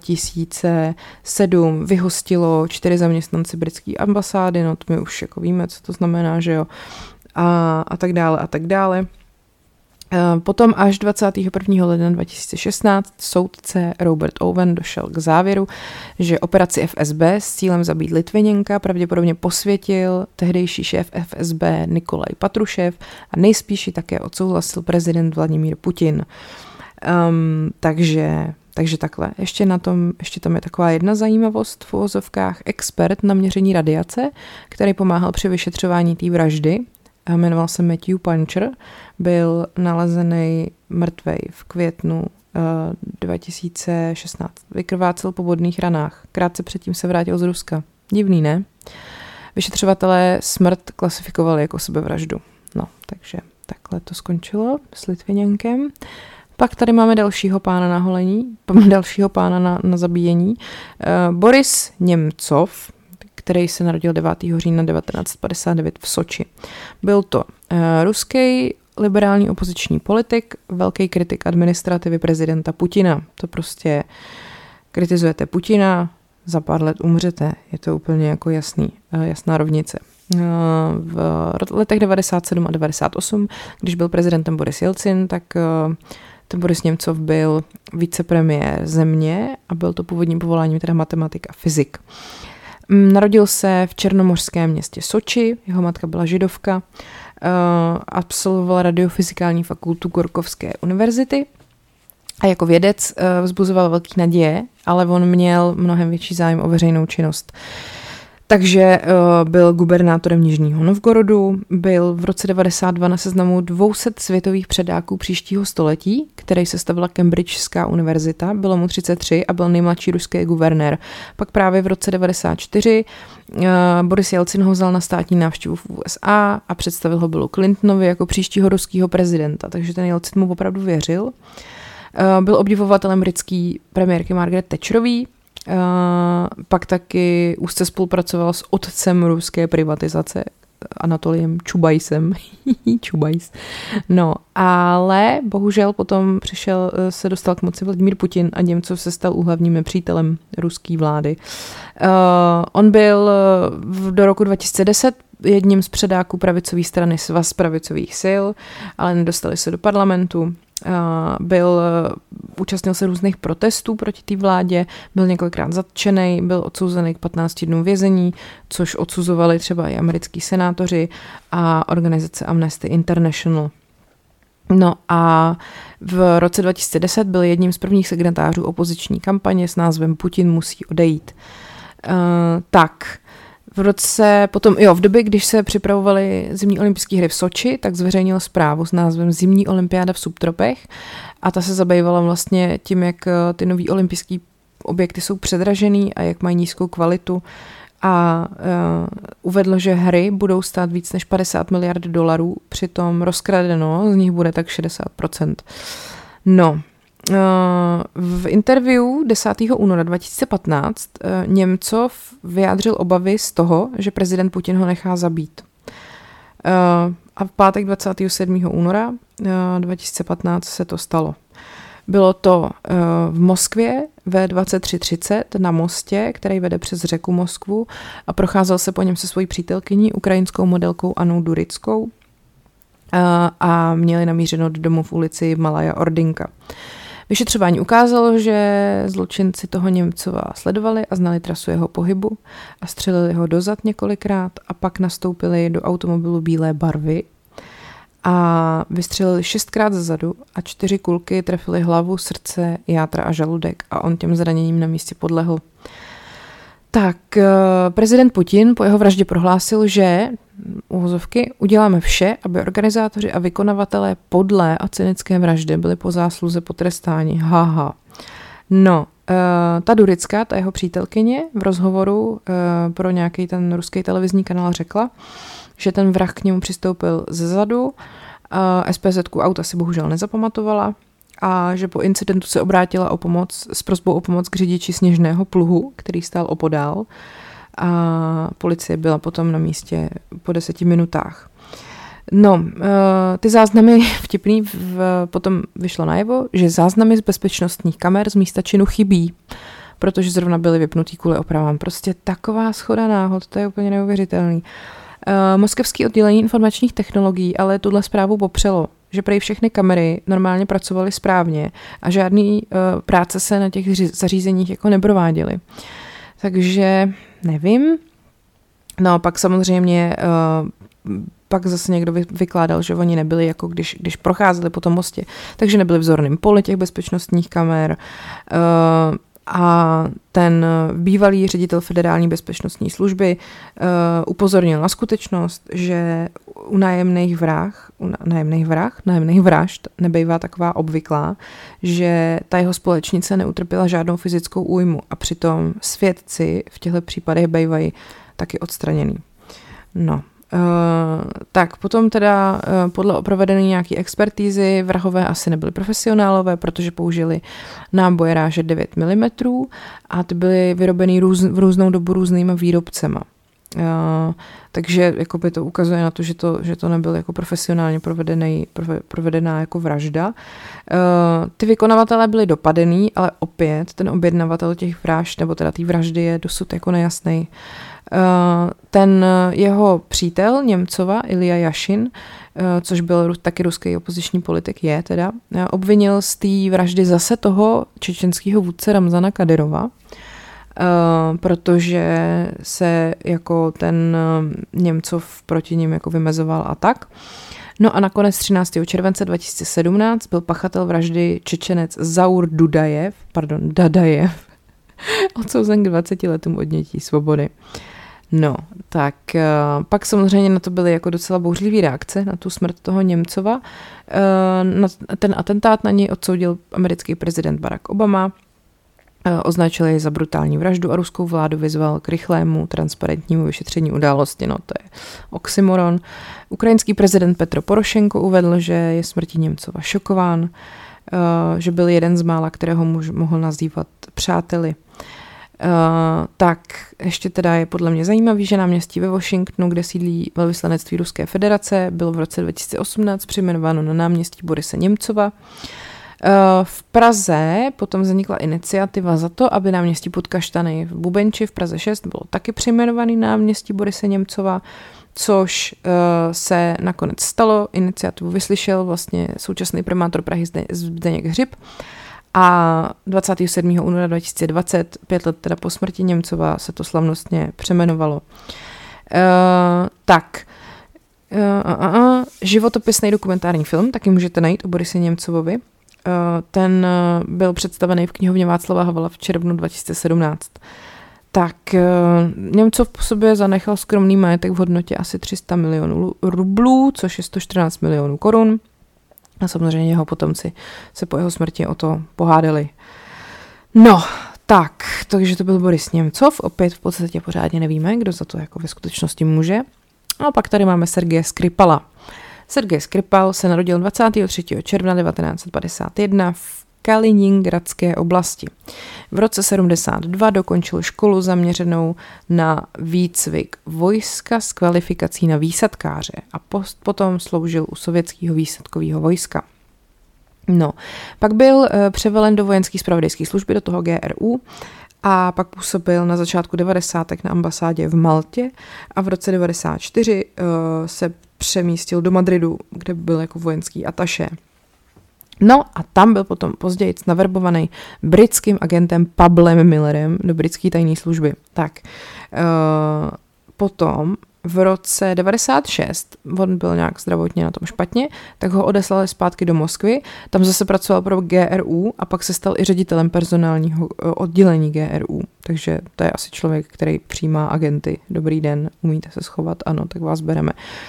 2007 vyhostilo 4 zaměstnanci britské ambasády, no to my už jako víme, co to znamená, že jo. A tak dále a tak dále. Potom až 21. ledna 2016 soudce Robert Owen došel k závěru, že operaci FSB s cílem zabít Litviněnka pravděpodobně posvětil tehdejší šéf FSB Nikolaj Patrušev a nejspíš ji také odsouhlasil prezident Vladimír Putin. Takže takhle. Ještě tam je taková jedna zajímavost v uvozovkách. Expert na měření radiace, který pomáhal při vyšetřování té vraždy, jmenoval se Matthew Puncher, byl nalezený mrtvej v květnu 2016. Vykrvácel po bodných ranách. Krátce předtím se vrátil z Ruska. Divný, ne? Vyšetřovatelé smrt klasifikovali jako sebevraždu. No, takže takhle to skončilo s Litviněnkem. Pak tady máme dalšího pána na holení, dalšího pána na zabíjení. Boris Němcov, který se narodil 9. října 1959 v Soči. Byl to ruský liberální opoziční politik, velký kritik administrativy prezidenta Putina. To prostě kritizujete Putina, za pár let umřete. Je to úplně jako jasná rovnice. V letech 97 a 98, když byl prezidentem Boris Jelcin, tak ten Boris Němcov byl vicepremiér země a byl to původním povoláním teda matematik a fyzik. Narodil se v černomořském městě Soči, jeho matka byla židovka, absolvovala radiofyzikální fakultu Gorkovské univerzity A jako vědec vzbuzoval velký naděje, ale on měl mnohem větší zájem o veřejnou činnost. Takže byl gubernátorem Nižního Novgorodu, byl v roce 92 na seznamu 200 světových předáků příštího století, který sestavila Cambridgeská univerzita, bylo mu 33 a byl nejmladší ruský guvernér. Pak právě v roce 94 Boris Jelcin ho vzal na státní návštěvu v USA a představil ho Billu Clintonovi jako příštího ruského prezidenta, takže ten Jelcin mu opravdu věřil. Byl obdivovatelem britské premiérky Margaret Thatcherový, pak taky úzce spolupracoval s otcem ruské privatizace, Anatoliem Čubajsem. Čubajs. No, ale bohužel potom se dostal k moci Vladimír Putin a Němcov se stal hlavním nepřítelem ruské vlády. On byl do roku 2010 jedním z předáků pravicové strany Svaz pravicových sil, ale nedostali se do parlamentu. Účastnil se různých protestů proti té vládě, byl několikrát zatčený, byl odsouzený k 15 dnům vězení, což odsuzovali třeba i americký senátoři a organizace Amnesty International. No a v roce 2010 byl jedním z prvních signatářů opoziční kampaně s názvem Putin musí odejít. V době, když se připravovaly zimní olympijské hry v Soči, tak zveřejnil zprávu s názvem Zimní olympiáda v subtropech a ta se zabývala vlastně tím, jak ty nový olympijské objekty jsou předražený a jak mají nízkou kvalitu a uvedl, že hry budou stát víc než 50 miliard dolarů, přitom rozkradeno z nich bude tak 60%. No, v interview 10. února 2015 Němcov vyjádřil obavy z toho, že prezident Putin ho nechá zabít. A v pátek 27. února 2015 se to stalo. Bylo to v Moskvě ve 23:30 na mostě, který vede přes řeku Moskvu a procházel se po něm se svojí přítelkyní, ukrajinskou modelkou Annou Durickou a měli namířeno do domu v ulici Malaja Ordinka. Vyšetřování ukázalo, že zločinci toho Němcova sledovali a znali trasu jeho pohybu a střelili ho dozad několikrát a pak nastoupili do automobilu bílé barvy a vystřelili 6krát zezadu a 4 kulky trefily hlavu, srdce, játra a žaludek a on těm zraněním na místě podlehl. Tak prezident Putin po jeho vraždě prohlásil, že uvozovky uděláme vše, aby organizátoři a vykonavatelé podlé a cynické vraždy byli po zásluze potrestáni. Haha. No, ta Durická, ta jeho přítelkyně, v rozhovoru pro nějaký ten ruský televizní kanál řekla, že ten vrah k němu přistoupil zezadu, SPZ-ku auta si bohužel nezapamatovala a že po incidentu se obrátila s prosbou o pomoc k řidiči sněžného pluhu, který stál opodál a policie byla potom na místě po 10 minutách. No, ty záznamy vtipný, potom vyšlo najevo, že záznamy z bezpečnostních kamer z místa činu chybí, protože zrovna byly vypnutý kvůli opravám. Prostě taková shoda náhod, to je úplně neuvěřitelný. Moskevské oddělení informačních technologií ale tuhle zprávu popřelo, že prý všechny kamery normálně pracovaly správně a žádný práce se na těch zařízeních jako neprováděly. Takže nevím. No pak samozřejmě pak zase někdo vykládal, že oni nebyli jako když procházeli po tom mostě, takže nebyli v zorném poli těch bezpečnostních kamer a ten bývalý ředitel Federální bezpečnostní služby upozornil na skutečnost, že u nájemných vražd nebývá taková obvyklá, že ta jeho společnice neutrpěla žádnou fyzickou újmu a přitom svědci v těchto případech bývají taky odstraněný. No. Tak potom teda podle provedené nějaké expertízy vrahové asi nebyli profesionálové, protože použili náboje ráže 9 mm a ty byly vyrobený v různou dobu různýma výrobcema. Takže jakoby to ukazuje na to, že to nebyl jako profesionálně provedená jako vražda. Ty vykonavatelé byli dopadený, ale opět ten objednavatel těch vražd, nebo teda té vraždy je dosud jako nejasný. Ten jeho přítel Němcova, Ilja Jašin, což byl taky ruský opoziční politik, obvinil z té vraždy zase toho čečenského vůdce Ramzana Kadyrova, protože se jako ten Němcov proti nim jako vymezoval a tak. No a nakonec 13. července 2017 byl pachatel vraždy Čečenec Zaur Dadajev, odsouzen k 20 letům odnětí svobody. No, tak pak samozřejmě na to byly jako docela bouřlivý reakce na tu smrt toho Němcova. Ten atentát na něj odsoudil americký prezident Barack Obama, označil jej za brutální vraždu a ruskou vládu vyzval k rychlému, transparentnímu vyšetření události. No, to je oxymoron. Ukrajinský prezident Petro Porošenko uvedl, že je smrtí Němcova šokován, že byl jeden z mála, kterého mohl nazývat přáteli. Tak ještě teda je podle mě zajímavý, že náměstí ve Washingtonu, kde sídlí velvyslanectví Ruské federace, bylo v roce 2018 přejmenováno na náměstí Borise Němcova. V Praze potom vznikla iniciativa za to, aby náměstí Podkaštany v Bubenči v Praze 6 bylo taky přejmenovaný náměstí Borise Němcova, což se nakonec stalo. Iniciativu vyslyšel vlastně současný primátor Prahy Zdeněk Hřib a 27. února 2020, 5 let teda po smrti Němcova, se to slavnostně přejmenovalo. Životopisný dokumentární film taky můžete najít o Borise Němcovovi. Ten byl představený v knihovně Václava Havla v červnu 2017. Tak Němcov po sobě zanechal skromný majetek v hodnotě asi 300 milionů rublů, což je 114 milionů korun. A samozřejmě jeho potomci se po jeho smrti o to pohádali. No, takže to byl Boris Němcov. Opět v podstatě pořádně nevíme, kdo za to jako ve skutečnosti může. A pak tady máme Sergeje Skripala. Sergej Skripal se narodil 23. června 1951 v Kaliningradské oblasti. V roce 72 dokončil školu zaměřenou na výcvik vojska s kvalifikací na výsadkáře a potom sloužil u sovětského výsadkového vojska. No, pak byl převelen do vojenské zpravodajské služby, do toho GRU, a pak působil na začátku 90. na ambasádě v Maltě a v roce 94 se přemístil do Madridu, kde byl jako vojenský atašé. No a tam byl potom později naverbovaný britským agentem Pablem Millerem do britské tajné služby. Potom v roce 96, on byl nějak zdravotně na tom špatně, tak ho odeslali zpátky do Moskvy, tam zase pracoval pro GRU a pak se stal i ředitelem personálního oddělení GRU. Takže to je asi člověk, který přijímá agenty. Dobrý den, umíte se schovat? Ano, tak vás bereme.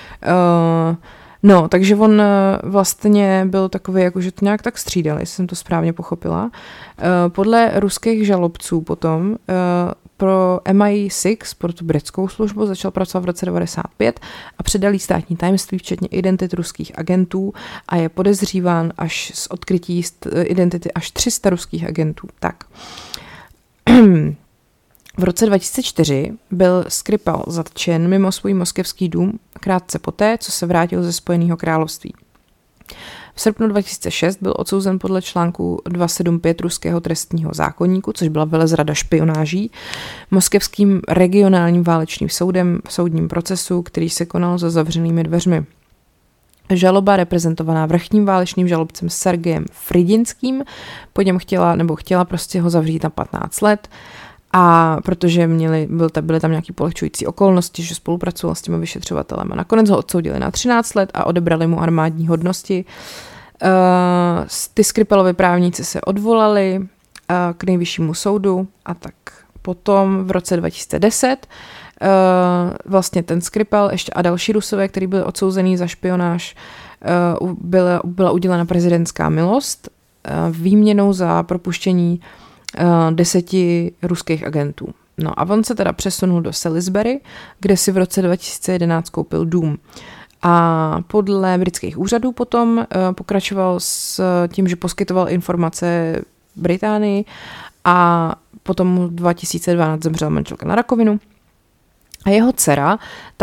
No, takže on vlastně byl takový, jakože to nějak tak střídal, jestli jsem to správně pochopila. Podle ruských žalobců potom pro MI6, pro tu britskou službu, začal pracovat v roce 95 a předal jí státní tajemství, včetně identit ruských agentů a je podezříván až z odkrytí identity až 300 ruských agentů. Tak. V roce 2004 byl Skripal zatčen mimo svůj moskevský dům krátce poté, co se vrátil ze Spojeného království. V srpnu 2006 byl odsouzen podle článku 275 ruského trestního zákoníku, což byla velezrada špionáží, moskevským regionálním válečným soudem v soudním procesu, který se konal za zavřenými dveřmi. Žaloba reprezentovaná vrchním válečným žalobcem Sergejem Fridinským po něm chtěla prostě ho zavřít na 15 let, a protože byly tam nějaké polehčující okolnosti, že spolupracoval s těmi vyšetřovatelem. A nakonec ho odsoudili na 13 let a odebrali mu armádní hodnosti. Ty Skripalovy právníci se odvolali k nejvyššímu soudu a tak potom v roce 2010 vlastně ten Skripal ještě a další Rusové, který byli odsouzený za špionáž, byla udělena prezidentská milost výměnou za propuštění 10 ruských agentů. No a on se teda přesunul do Salisbury, kde si v roce 2011 koupil dům. A podle britských úřadů potom pokračoval s tím, že poskytoval informace Británii a potom v 2012 zemřela manželka na rakovinu. A jeho dcera,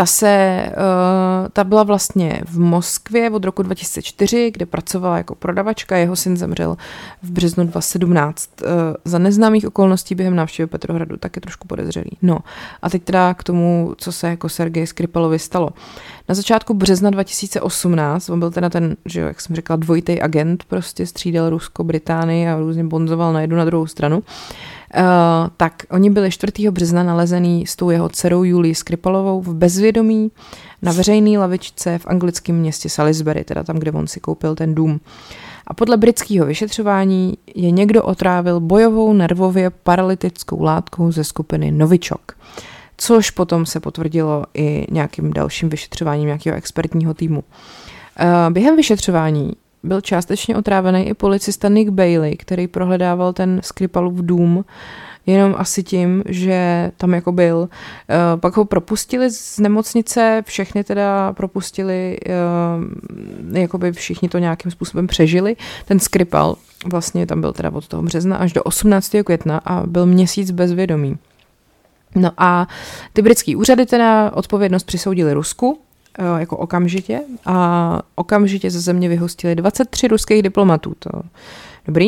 ta byla vlastně v Moskvě od roku 2004, kde pracovala jako prodavačka. Jeho syn zemřel v březnu 2017 za neznámých okolností během návštěvy Petrohradu, taky trošku podezřelý. No a teď teda k tomu, co se jako Sergeji Skripalovi stalo. Na začátku března 2018, on byl teda ten, že jak jsem řekla, dvojitý agent, prostě střídal Rusko, Británii a různě bonzoval na jednu na druhou stranu. Tak oni byli 4. března nalezený s tou jeho dcerou Julií Skripalovou v bezvědomí na veřejné lavičce v anglickém městě Salisbury, teda tam, kde on si koupil ten dům. A podle britského vyšetřování je někdo otrávil bojovou nervově paralytickou látkou ze skupiny Novichok, což potom se potvrdilo i nějakým dalším vyšetřováním nějakého expertního týmu. Během vyšetřování byl částečně otrávený i policista Nick Bailey, který prohledával ten Skripalův dům, jenom asi tím, že tam jako byl. Pak ho propustili z nemocnice, všechny teda propustili, jakoby všichni to nějakým způsobem přežili. Ten Skripal vlastně tam byl teda od toho března až do 18. května a byl měsíc bezvědomí. No a ty britský úřady teda odpovědnost přisoudili Rusku, jako okamžitě, a okamžitě ze země vyhostili 23 ruských diplomatů. To dobrý.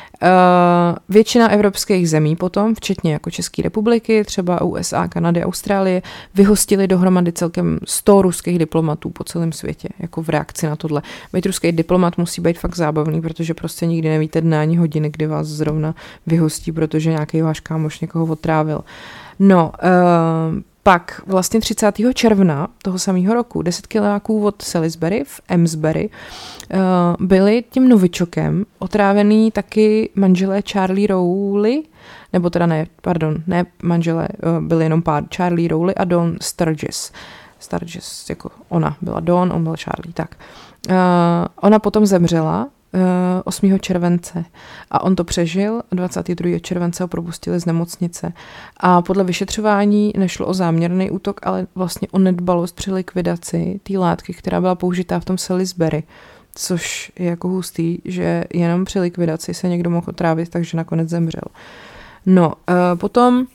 Většina evropských zemí potom, včetně jako České republiky, třeba USA, Kanady, Austrálie, vyhostili dohromady celkem 100 ruských diplomatů po celém světě, jako v reakci na tohle. Být ruský diplomat musí být fakt zábavný, protože prostě nikdy nevíte dne ani hodiny, kdy vás zrovna vyhostí, protože nějaký váš kámoš někoho otrávil. No, pak vlastně 30. června toho samého roku 10 kiláků od Salisbury v Amesbury byli tím Novichokem otrávený taky manželé Charlie Rowley, nebo teda ne manželé, byli jenom pár, Charlie Rowley a Dawn Sturgis. Sturgis, jako ona byla Dawn, on byl Charlie, tak. Ona potom zemřela 8. července a on to přežil a 22. července ho propustili z nemocnice. A podle vyšetřování nešlo o záměrný útok, ale vlastně o nedbalost při likvidaci té látky, která byla použitá v tom Salisbury, což je jako hustý, že jenom při likvidaci se někdo mohl otrávit, takže nakonec zemřel. No, potom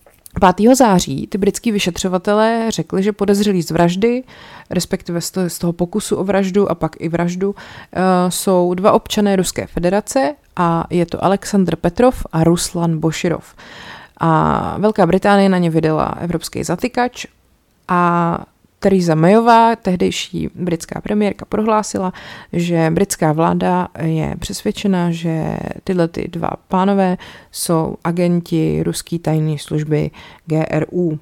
5. září ty britský vyšetřovatelé řekli, že podezřelí z vraždy, respektive z toho pokusu o vraždu a pak i vraždu, jsou 2 občané Ruské federace a je to Alexandr Petrov a Ruslan Boširov. A Velká Británie na ně vydala evropský zatykač a Theresa Mayová, tehdejší britská premiérka, prohlásila, že britská vláda je přesvědčena, že tyhle ty 2 pánové jsou agenti ruské tajné služby GRU.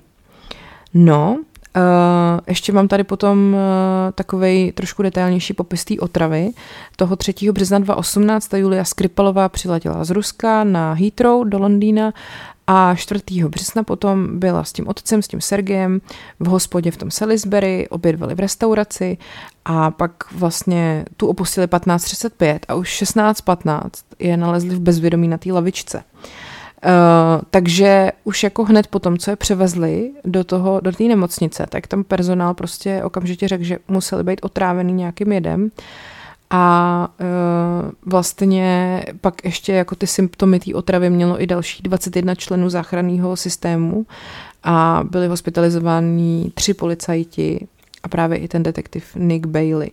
No, ještě mám tady potom takovej trošku detailnější popis té otravy. Toho 3. března 2018 Julia Skripalová přiletěla z Ruska na Heathrow do Londýna a 4. března potom byla s tím otcem, s tím Sergejem v hospodě v tom Salisbury, obědvali v restauraci a pak vlastně tu opustili 15:35 a už 16:15 je nalezli v bezvědomí na té lavičce. Takže už jako hned potom, co je převezli do té nemocnice, tak tam personál prostě okamžitě řekl, že museli být otrávený nějakým jedem. A vlastně pak ještě jako ty symptomy té otravy mělo i další 21 členů záchranného systému a byli hospitalizováni 3 policajti a právě i ten detektiv Nick Bailey.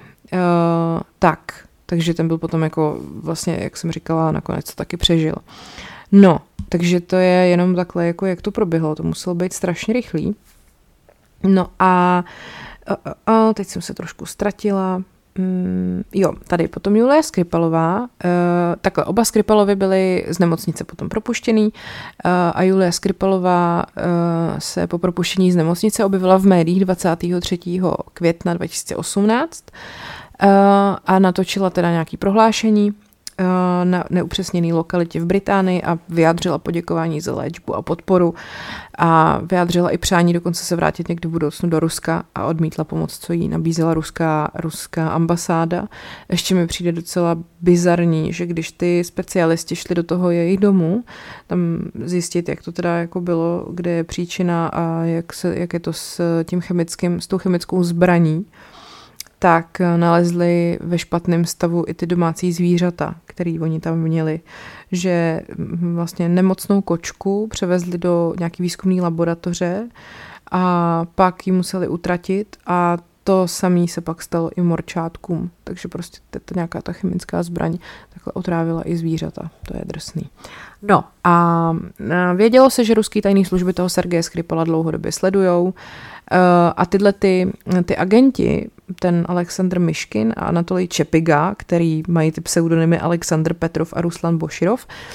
Takže ten byl potom jako vlastně, jak jsem říkala, nakonec to taky přežil. No, takže to je jenom takhle, jako jak to proběhlo, to muselo být strašně rychlý. No a teď jsem se trošku ztratila. Tady potom Julia Skripalová, takhle oba Skripalovi byli z nemocnice potom propuštěný a Julia Skripalová se po propuštění z nemocnice objevila v médiích 23. května 2018 a natočila teda nějaký prohlášení na neupřesněné lokalitě v Británii a vyjádřila poděkování za léčbu a podporu a vyjádřila i přání dokonce se vrátit někdy v budoucnu do Ruska a odmítla pomoc, co jí nabízela ruská ambasáda. Ještě mi přijde docela bizarní, že když ty specialisti šli do toho jejich domu, tam zjistit, jak to teda jako bylo, kde je příčina a jak je to s tou chemickou zbraní, tak nalezli ve špatném stavu i ty domácí zvířata, který oni tam měli, že vlastně nemocnou kočku převezli do nějaký výzkumné laboratoře a pak ji museli utratit a to samé se pak stalo i morčátkům, takže prostě nějaká ta chemická zbraň takhle otrávila i zvířata, to je drsný. No a vědělo se, že ruský tajný služby toho Sergeje Skripala dlouhodobě sledujou a tyhle ty agenti, ten Alexandr Myškin a Anatolij Čepiga, který mají ty pseudonymy Alexandr Petrov a Ruslan Boširov,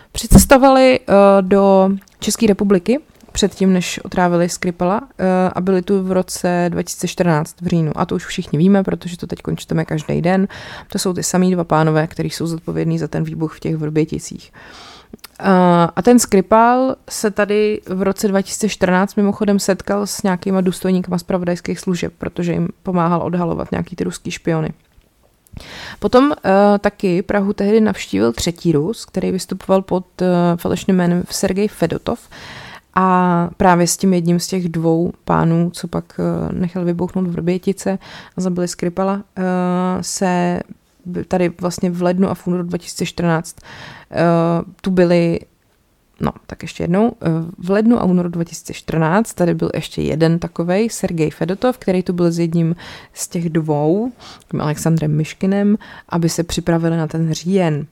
Přicestovali do České republiky předtím, než otrávili Skripala a byli tu v roce 2014 v říjnu. A to už všichni víme, protože to teď čteme každý den. To jsou ty samý dva pánové, kteří jsou zodpovědní za ten výbuch v těch Vrběticích. A ten Skripal se tady v roce 2014 mimochodem setkal s nějakýma důstojníkama zpravodajských služeb, protože jim pomáhal odhalovat nějaký ty ruský špiony. Potom taky Prahu tehdy navštívil třetí Rus, který vystupoval pod falešným jménem Sergej Fedotov a právě s tím jedním z těch dvou pánů, co pak nechal vybouchnout v Vrbětice a zabili Skripala, se tady vlastně v lednu a v únoru 2014 tu byli, no tak ještě jednou, v lednu a únoru 2014 tady byl ještě jeden takovej, Sergej Fedotov, který tu byl s jedním z těch dvou, Alexandrem Myškinem, aby se připravili na ten říjen.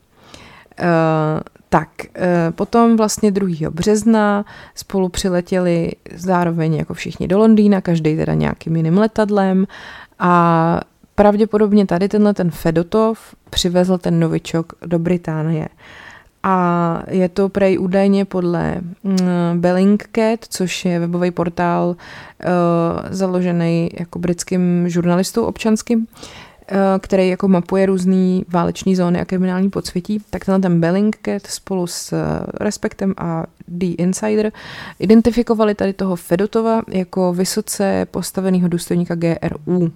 Potom vlastně 2. března spolu přiletěli zároveň jako všichni do Londýna, každý teda nějakým jiným letadlem a pravděpodobně tady ten Fedotov přivezl ten novičok do Británie. A je to prej údajně podle Bellingcat, což je webový portál založený jako britským žurnalistou občanským, který jako mapuje různý váleční zóny a kriminální podsvětí, tak ten Bellingcat spolu s Respektem a The Insider identifikovali tady toho Fedotova jako vysoce postaveného důstojníka GRU.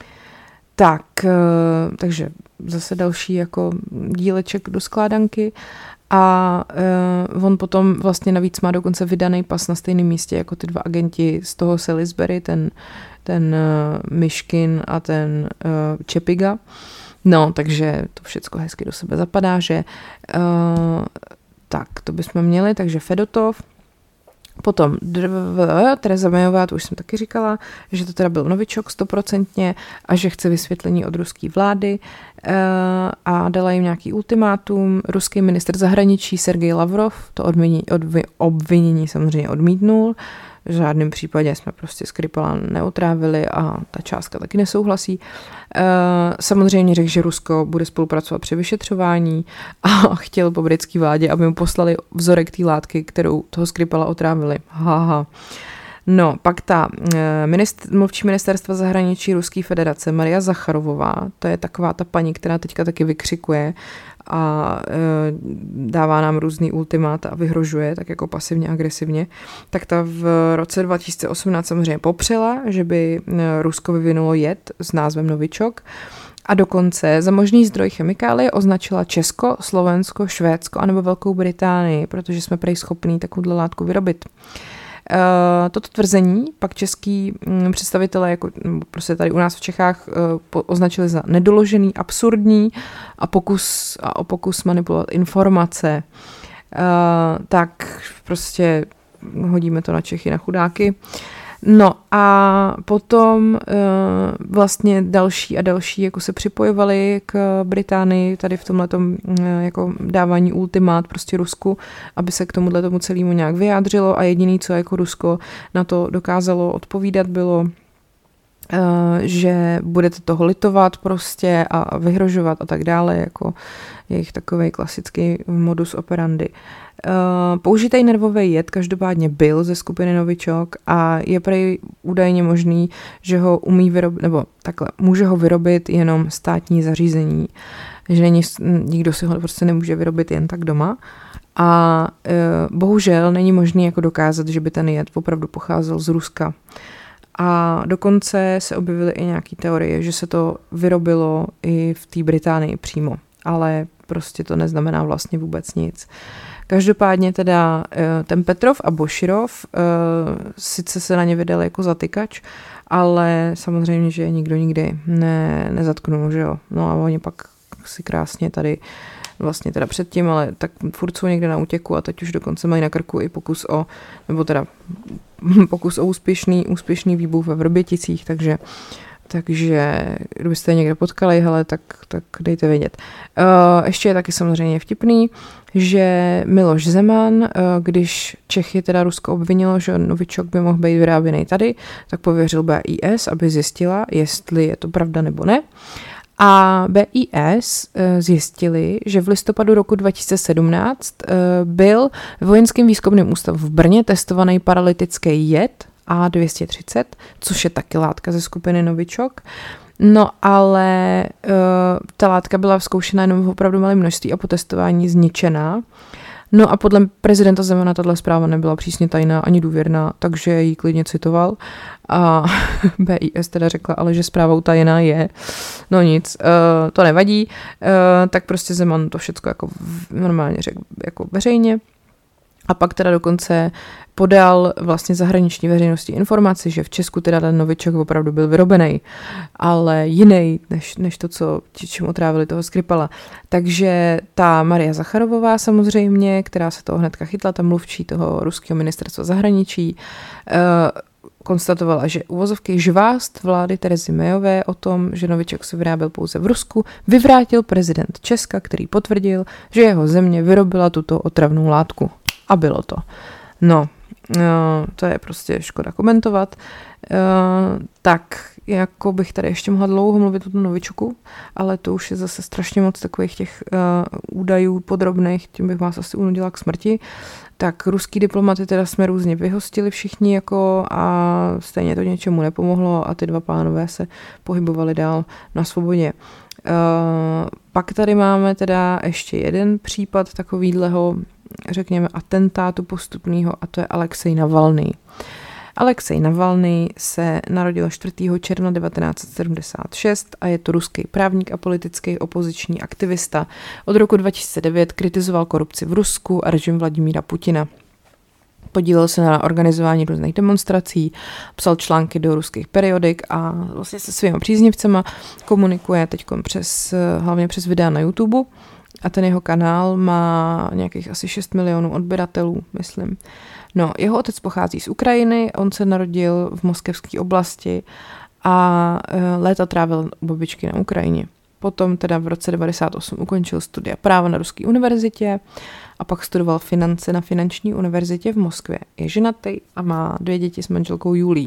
Takže zase další jako díleček do skládanky a on potom vlastně navíc má dokonce vydaný pas na stejném místě jako ty dva agenti z toho Salisbury, ten Myškin a ten Čepiga. No, takže to všecko hezky do sebe zapadá, že tak, to bychom měli, takže Fedotov. Potom Tereza Mayová, to už jsem taky říkala, že to teda byl novičok 100% a že chce vysvětlení od ruské vlády a dala jim nějaký ultimátum. Ruský ministr zahraničí Sergej Lavrov to obvinění samozřejmě odmítnul. V žádném případě jsme prostě Skripala neotrávili a ta částka taky nesouhlasí. Samozřejmě řekl, že Rusko bude spolupracovat při vyšetřování a chtěl po britské vládě, aby mu poslali vzorek té látky, kterou toho Skripala otrávili. Haha. No, pak ta mluvčí ministerstva zahraničí Ruské federace Maria Zacharovová, to je taková ta paní, která teďka taky vykřikuje a dává nám různý ultimát a vyhrožuje, tak jako pasivně, agresivně, tak ta v roce 2018 samozřejmě popřela, že by Rusko vyvinulo jed s názvem Novičok a dokonce za možný zdroj chemikálie označila Česko, Slovensko, Švédsko anebo Velkou Británii, protože jsme prej schopní takovouhle látku vyrobit. Toto tvrzení pak český představitelé, jako prostě tady u nás v Čechách, označili za nedoložený, absurdní a o pokus manipulovat informace. Tak prostě hodíme to na Čechy, na chudáky. No a potom vlastně další a další jako se připojovali k Británii tady v tomhletom jako dávání ultimát prostě Rusku, aby se k tomu celému nějak vyjádřilo a jediný, co jako Rusko na to dokázalo odpovídat, bylo, že budete toho litovat prostě a vyhrožovat a tak dále, jako jejich takovej klasický modus operandi. Použitý nervový jed každopádně byl ze skupiny Novičok a je prej údajně možný, že ho umí vyrobit, nebo takhle, může ho vyrobit jenom státní zařízení, že nikdo si ho prostě nemůže vyrobit jen tak doma a bohužel není možný jako dokázat, že by ten jed opravdu pocházel z Ruska. A dokonce se objevily i nějaké teorie, že se to vyrobilo i v té Británii přímo, ale prostě to neznamená vlastně vůbec nic. Každopádně teda ten Petrov a Boširov sice se na ně vydal jako zatykač, ale samozřejmě, že nikdo nikdy nezatknul, že jo. No a oni pak si krásně tady vlastně teda předtím, ale tak furt jsou někde na útěku a teď už dokonce mají na krku i pokus o úspěšný výbuch ve Vrběticích, takže kdybyste někde potkali, hele, tak dejte vědět. Ještě je taky samozřejmě vtipný, že Miloš Zeman, když Čechy teda Rusko obvinilo, že Novičok by mohl být vyráběný tady, tak pověřil BIS, aby zjistila, jestli je to pravda nebo ne. A BIS zjistili, že v listopadu roku 2017 byl v Vojenském výzkumném ústavu v Brně testovaný paralytický jed A230, což je taky látka ze skupiny Novičok. No ale ta látka byla zkoušena jenom v opravdu malém množství a po testování zničená. No a podle prezidenta Zemana tato zpráva nebyla přísně tajná ani důvěrná, takže ji klidně citoval. A BIS teda řekla, ale že zpráva utajená je. No nic, to nevadí. Tak prostě Zeman to všechno jako normálně řekl jako veřejně. A pak teda dokonce podal vlastně zahraniční veřejnosti informaci, že v Česku teda ten Novičok opravdu byl vyrobený, ale jiný, než to, čím otrávili toho Skripala. Takže ta Maria Zacharovová samozřejmě, která se toho hnedka chytla, ta mluvčí toho ruského ministerstva zahraničí, konstatovala, že uvozovky žvást vlády Terezy Mayové o tom, že Novičok se vyráběl pouze v Rusku, vyvrátil prezident Česka, který potvrdil, že jeho země vyrobila tuto otravnou látku. A bylo to. No, to je prostě škoda komentovat. Tak, jako bych tady ještě mohla dlouho mluvit o tom Novičoku, ale to už je zase strašně moc takových těch údajů podrobných, tím bych vás asi unudila k smrti. Tak ruský diplomaty teda jsme různě vyhostili všichni jako a stejně to něčemu nepomohlo a ty dva pánové se pohybovali dál na svobodě. Pak tady máme teda ještě jeden případ takovýhleho, řekněme, atentátu postupného a to je Alexej Navalný. Alexej Navalný se narodil 4. června 1976 a je to ruský právník a politický opoziční aktivista. Od roku 2009 kritizoval korupci v Rusku a režim Vladimíra Putina. Podílel se na organizování různých demonstrací, psal články do ruských periodik a vlastně se svými příznivcema komunikuje teď hlavně přes videa na YouTube. A ten jeho kanál má nějakých asi 6 milionů odběratelů, myslím. No, jeho otec pochází z Ukrajiny, on se narodil v moskevské oblasti a léta trávil u babičky na Ukrajině. Potom teda v roce 1998 ukončil studia práva na Ruské univerzitě a pak studoval finance na Finanční univerzitě v Moskvě. Je ženatý a má 2 děti s manželkou Julí.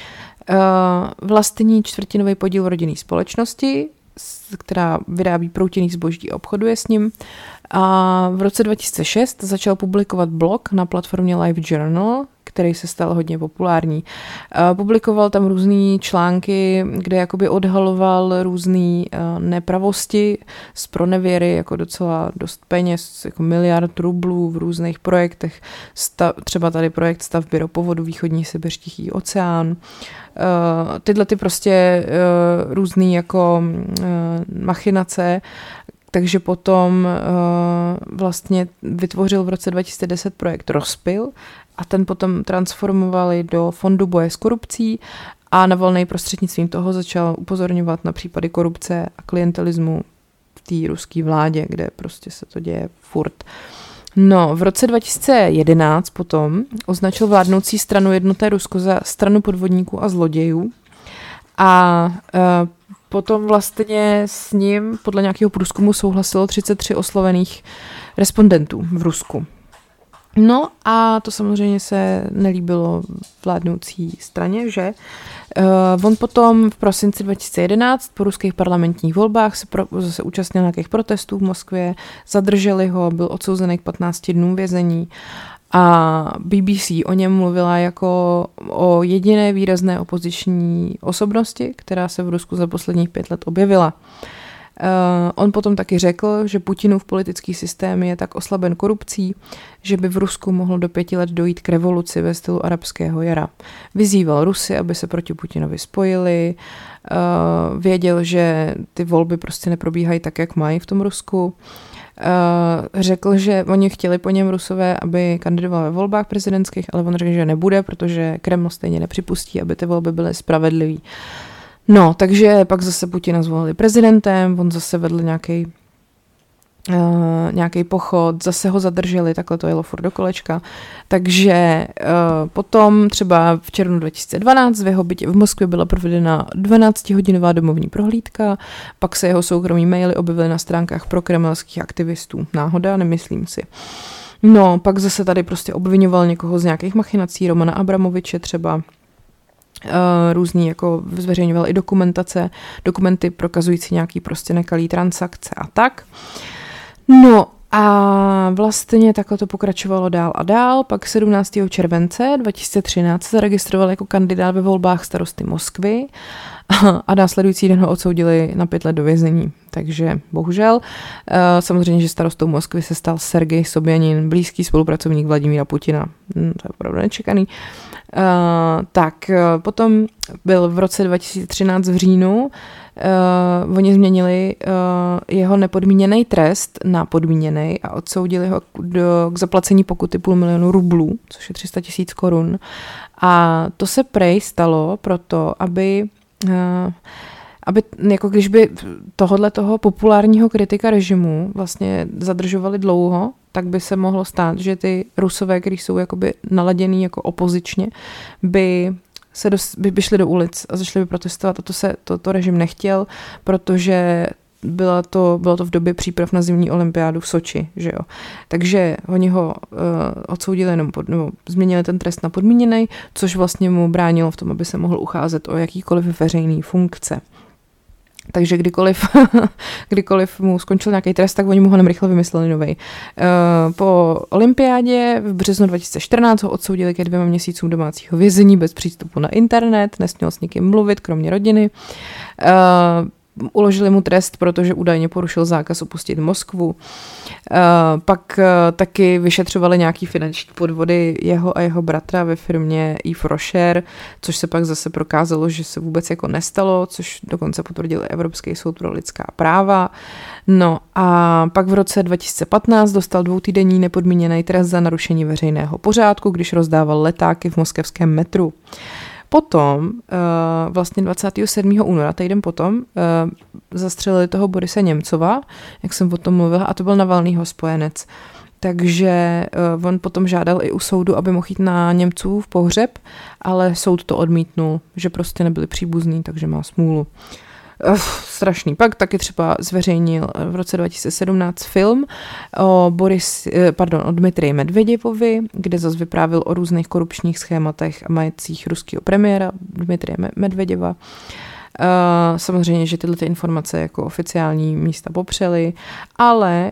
Vlastní čtvrtinový podíl v rodinné společnosti, která vyrábí proutěný zboží a obchoduje s ním. A v roce 2006 začal publikovat blog na platformě LiveJournal, který se stal hodně populární. Publikoval tam různý články, kde jakoby odhaloval různé nepravosti z pronevěry, jako docela dost peněz, jako 1 miliard rublů v různých projektech. Třeba tady projekt stavby ropovodu Východní Sibiř, Tichý oceán. Tyhle ty prostě různý jako machinace, takže potom vlastně vytvořil v roce 2010 projekt Rozpyl a ten potom transformovali do Fondu boje s korupcí a Navalný prostřednictvím toho začal upozorňovat na případy korupce a klientelismu v té ruské vládě, kde prostě se to děje furt. No, v roce 2011 potom označil vládnoucí stranu Jednotné Rusko za stranu podvodníků a zlodějů a potom vlastně s ním podle nějakého průzkumu souhlasilo 33 oslovených respondentů v Rusku. No a to samozřejmě se nelíbilo vládnoucí straně, že? On potom v prosinci 2011 po ruských parlamentních volbách se účastnil nějakých protestů v Moskvě, zadrželi ho, byl odsouzený k 15 dnům vězení a BBC o něm mluvila jako o jediné výrazné opoziční osobnosti, která se v Rusku za posledních 5 let objevila. On potom taky řekl, že Putinův politický systém je tak oslaben korupcí, že by v Rusku mohlo do 5 let dojít k revoluci ve stylu arabského jara. Vyzýval Rusy, aby se proti Putinovi spojili, věděl, že ty volby prostě neprobíhají tak, jak mají v tom Rusku. Řekl, že oni chtěli po něm Rusové, aby kandidoval ve volbách prezidentských, ale on řekl, že nebude, protože Kreml stejně nepřipustí, aby ty volby byly spravedlivý. No, takže pak zase Putina zvolili prezidentem, on zase vedl nějaký pochod, zase ho zadrželi, takhle to jelo furt do kolečka. Takže potom třeba v červnu 2012 v jeho bytě v Moskvě byla provedena 12hodinová domovní prohlídka, pak se jeho soukromí maily objevily na stránkách prokremelských aktivistů. Náhoda, nemyslím si. No, pak zase tady prostě obvinoval někoho z nějakých machinací, Romana Abramoviče třeba, různý, jako zveřejňoval i dokumenty prokazující nějaký prostě nekalý transakce a tak. No a vlastně takhle to pokračovalo dál a dál, pak 17. července 2013 se zaregistroval jako kandidát ve volbách starosty Moskvy a následující den ho odsoudili na 5 let do vězení. Takže bohužel. Samozřejmě, že starostou Moskvy se stal Sergej Sobjanin, blízký spolupracovník Vladimíra Putina. To je opravdu nečekaný. Tak potom byl v roce 2013 v říjnu, oni změnili jeho nepodmíněný trest na podmíněný a odsoudili ho k zaplacení pokuty 500 000 rublů, což je 300 000 korun. A to se prej stalo proto, aby jako když by toho populárního kritika režimu vlastně zadržovali dlouho, tak by se mohlo stát, že ty Rusové, kteří jsou jakoby naladěný jako opozičně, by šli do ulic a začali by protestovat a to režim nechtěl, protože bylo to v době příprav na zimní olympiádu v Soči, že jo. Takže oni ho odsoudili nebo změnili ten trest na podmíněný, což vlastně mu bránilo v tom, aby se mohl ucházet o jakýkoliv veřejný funkce. Takže kdykoliv mu skončil nějaký trest, tak oni mu ho rychle vymysleli novej. Po olympiádě v březnu 2014 ho odsoudili ke 2 měsícům domácího vězení bez přístupu na internet, nesměl s nikým mluvit, kromě rodiny. Uložili mu trest, protože údajně porušil zákaz opustit Moskvu. Pak taky vyšetřovali nějaký finanční podvody jeho a jeho bratra ve firmě Yves Rocher, což se pak zase prokázalo, že se vůbec jako nestalo, což dokonce potvrdil Evropský soud pro lidská práva. No a pak v roce 2015 dostal 2týdenní nepodmíněný trest za narušení veřejného pořádku, když rozdával letáky v moskevském metru. Potom, vlastně 27. února, týden potom, zastřelili toho Borise Němcova, jak jsem o tom mluvila, a to byl Navalnýho spojenec. Takže on potom žádal i u soudu, aby mohl jít na Němcův pohřeb, ale soud to odmítnul, že prostě nebyli příbuzní, takže má smůlu. Strašný. Pak taky třeba zveřejnil v roce 2017 film o Dmitriji Medveděvovi, kde zase vyprávěl o různých korupčních schématech a majetcích ruského premiéra Dmitrije Medveděva. Samozřejmě, že tyhle informace jako oficiální místa popřely, ale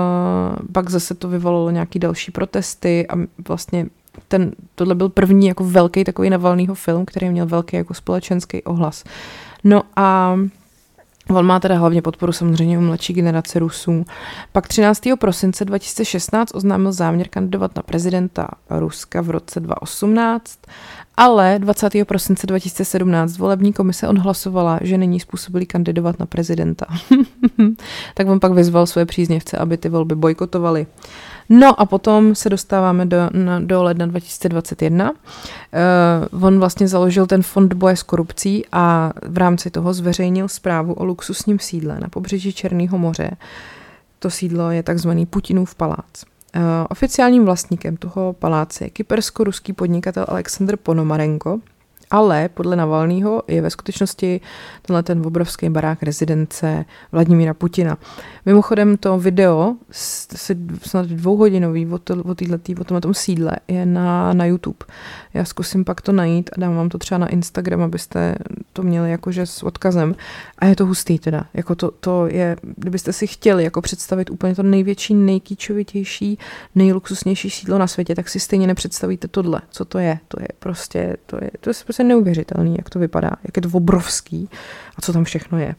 pak zase to vyvolalo nějaký další protesty a vlastně tohle byl první jako velký takový Navalnýho film, který měl velký jako společenský ohlas. No a on má teda hlavně podporu samozřejmě u mladší generace Rusů. Pak 13. prosince 2016 oznámil záměr kandidovat na prezidenta Ruska v roce 2018, ale 20. prosince 2017 volební komise odhlasovala, že není způsobilý kandidovat na prezidenta. Tak on pak vyzval své příznivce, aby ty volby bojkotovali. No a potom se dostáváme do ledna 2021. On vlastně založil ten fond boje s korupcí a v rámci toho zveřejnil zprávu o luxusním sídle na pobřeží Černého moře. To sídlo je takzvaný Putinův palác. Oficiálním vlastníkem toho paláce je kypersko-ruský podnikatel Alexandr Ponomarenko, ale podle Navalnýho je ve skutečnosti tenhle ten obrovský barák rezidence Vladimíra Putina. Mimochodem to video, snad 2hodinový o tomhle sídle, je na YouTube. Já zkusím pak to najít a dám vám to třeba na Instagram, abyste to měli jakože s odkazem. A je to hustý teda. Jako to je, kdybyste si chtěli jako představit úplně to největší, nejkýčovitější, nejluxusnější sídlo na světě, tak si stejně nepředstavíte tohle. Co to je? To je prostě neuvěřitelný, jak to vypadá, jak je to obrovský a co tam všechno je.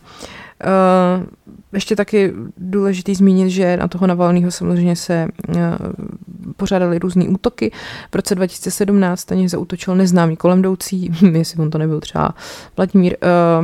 Ještě taky důležitý zmínit, že na toho Navalnýho samozřejmě se pořádaly různý útoky. V roce 2017 na něj zaútočil neznámý kolemjdoucí, jestli on to nebyl třeba Vladimír,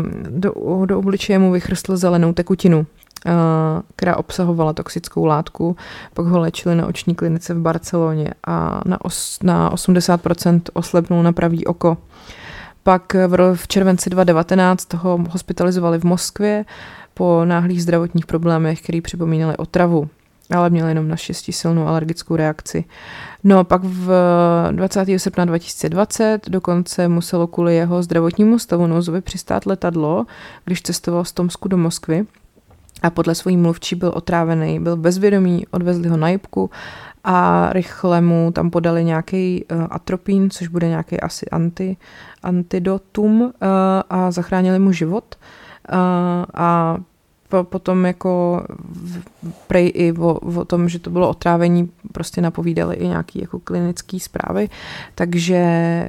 do obličeje mu vychrstl zelenou tekutinu, která obsahovala toxickou látku, pak ho léčili na oční klinice v Barceloně a na 80% oslepnul na pravý oko. Pak v červenci 2019 ho hospitalizovali v Moskvě po náhlých zdravotních problémech, který připomínaly otravu, ale měl jenom naštěstí silnou alergickou reakci. No pak v 20. srpna 2020 dokonce muselo kvůli jeho zdravotnímu stavu nouzově přistát letadlo, když cestoval z Tomsku do Moskvy. a podle svojí mluvčí byl otrávený, byl bezvědomý, odvezli ho na jipku a rychle mu tam podali nějaký atropín, což bude nějaký asi antidotum a zachránili mu život. A potom jako prej i o tom, že to bylo otrávení, prostě napovídali i nějaký jako klinický zprávy, takže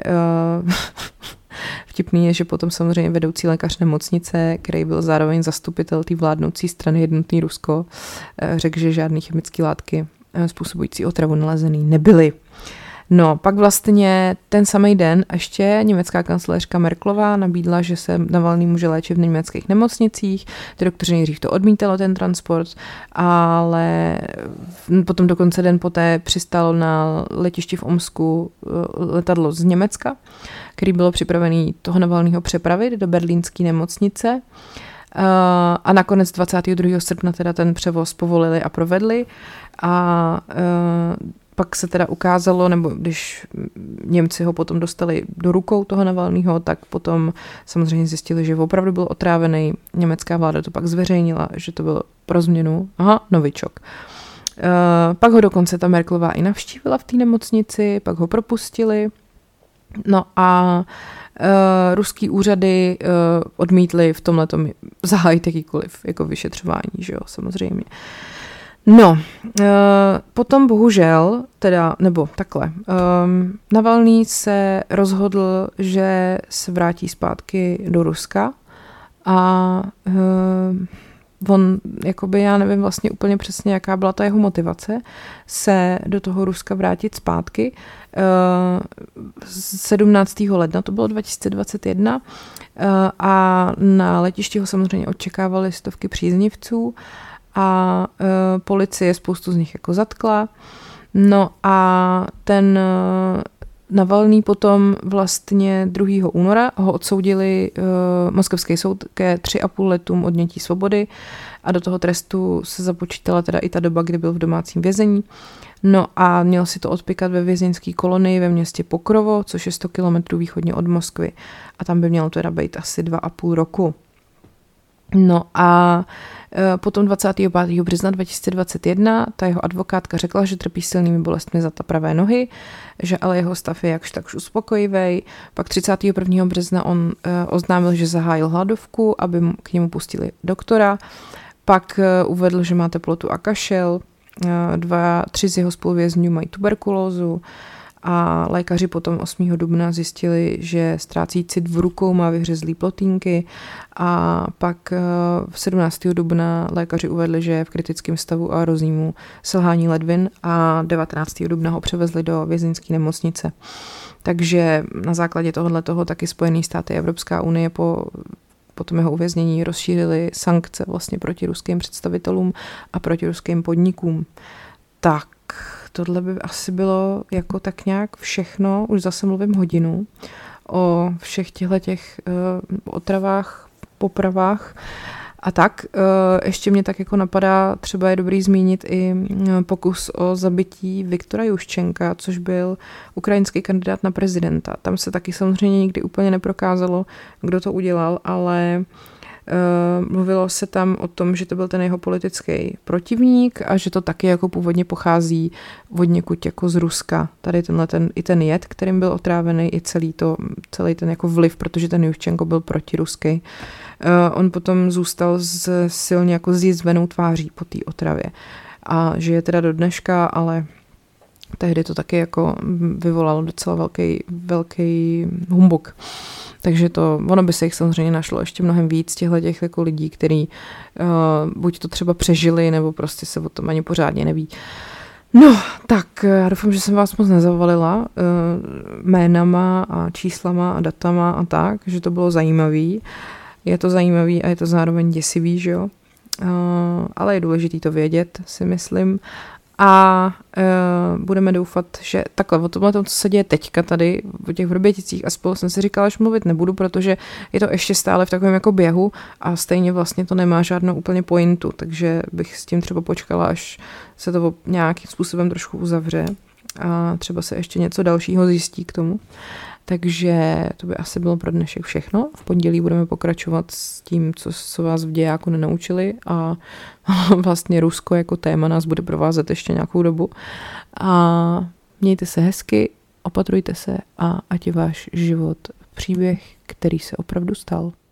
vtipný je, že potom samozřejmě vedoucí lékař nemocnice, který byl zároveň zastupitel té vládnoucí strany Jednotný Rusko, řekl, že žádný chemické látky způsobující otravu nalezený nebyly. No, pak vlastně ten samý den ještě německá kancléřka Merkelová nabídla, že se Navalný může léčit v německých nemocnicích. Ty doktoři nejdřív to odmítalo, ten transport, ale potom dokonce den poté přistálo na letišti v Omsku letadlo z Německa, který bylo připravený toho Navalnýho přepravit do berlínské nemocnice. A nakonec 22. srpna teda ten převoz povolili a provedli a pak se teda ukázalo, nebo když Němci ho potom dostali do rukou toho Navalnýho, tak potom samozřejmě zjistili, že opravdu byl otrávený. Německá vláda to pak zveřejnila, že to byl pro změnu, novičok. Pak ho dokonce ta Merkelová i navštívila v té nemocnici, pak ho propustili. No a ruský úřady odmítli v tomhletom zahájit jakýkoliv jako vyšetřování, že jo, samozřejmě. No, potom bohužel, nebo takhle, Navalný se rozhodl, že se vrátí zpátky do Ruska a on, jakoby já nevím vlastně úplně přesně, jaká byla ta jeho motivace se do toho Ruska vrátit zpátky. 17. ledna, to bylo 2021 a na letišti ho samozřejmě očekávali stovky příznivců a policie spoustu z nich jako zatkla. No a ten Navalný potom vlastně 2. února ho odsoudili moskevský soud ke 3,5 letům odnětí svobody a do toho trestu se započítala teda i ta doba, kdy byl v domácím vězení. No a měl si to odpykat ve vězeňské kolonii ve městě Pokrovo, což je 100 kilometrů východně od Moskvy a tam by mělo teda být asi 2,5 roku. No a potom 25. března 2021 ta jeho advokátka řekla, že trpí silnými bolestmi za pravé nohy, že ale jeho stav je jakž takž uspokojivý. Pak 31. března on oznámil, že zahájil hladovku, aby k němu pustili doktora. Pak uvedl, že má teplotu a kašel. 3 z jeho spoluvězňů mají tuberkulózu a lékaři potom 8. dubna zjistili, že ztrácí cit v rukou, má vyhřezlý plotínky a pak 17. dubna lékaři uvedli, že je v kritickém stavu a hrozí mu selhání ledvin a 19. dubna ho převezli do vězeňské nemocnice. Takže na základě tohoto taky Spojené státy a Evropská unie po tom jeho uvěznění rozšířili sankce vlastně proti ruským představitelům a proti ruským podnikům. Tak tohle by asi bylo jako tak nějak všechno, už zase mluvím hodinu, o všech těch otravách, popravách a tak. Ještě mě tak jako napadá, třeba je dobrý zmínit i pokus o zabití Viktora Juščenka, což byl ukrajinský kandidát na prezidenta. Tam se taky samozřejmě nikdy úplně neprokázalo, kdo to udělal, ale mluvilo se tam o tom, že to byl ten jeho politický protivník a že to taky jako původně pochází od někud jako z Ruska. Tady i ten jed, kterým byl otrávený, i celý ten jako vliv, protože ten Juščenko byl protiruský. On potom zůstal silně jako zjizvenou tváří po té otravě. A žije teda do dneška, ale tehdy to taky jako vyvolalo docela velký humbuk. Takže ono by se jich samozřejmě našlo ještě mnohem víc těch jako lidí, kteří buď to třeba přežili, nebo prostě se o tom ani pořádně neví. No, tak já doufám, že jsem vás moc nezavalila jménama a číslama a datama a tak, že to bylo zajímavý. Je to zajímavý a je to zároveň děsivý, že jo? Ale je důležitý to vědět, si myslím. A budeme doufat, že takhle o tomhle, co se děje teďka tady, o těch Vrběticích a spolu jsem si říkala, že mluvit nebudu, protože je to ještě stále v takovém jako běhu a stejně vlastně to nemá žádnou úplně pointu, takže bych s tím třeba počkala, až se to nějakým způsobem trošku uzavře. a třeba se ještě něco dalšího zjistí k tomu. Takže to by asi bylo pro dnešek všechno. V pondělí budeme pokračovat s tím, co vás v dějáku nenaučili a vlastně Rusko jako téma nás bude provázet ještě nějakou dobu. A mějte se hezky, opatrujte se a ať je váš život příběh, který se opravdu stal.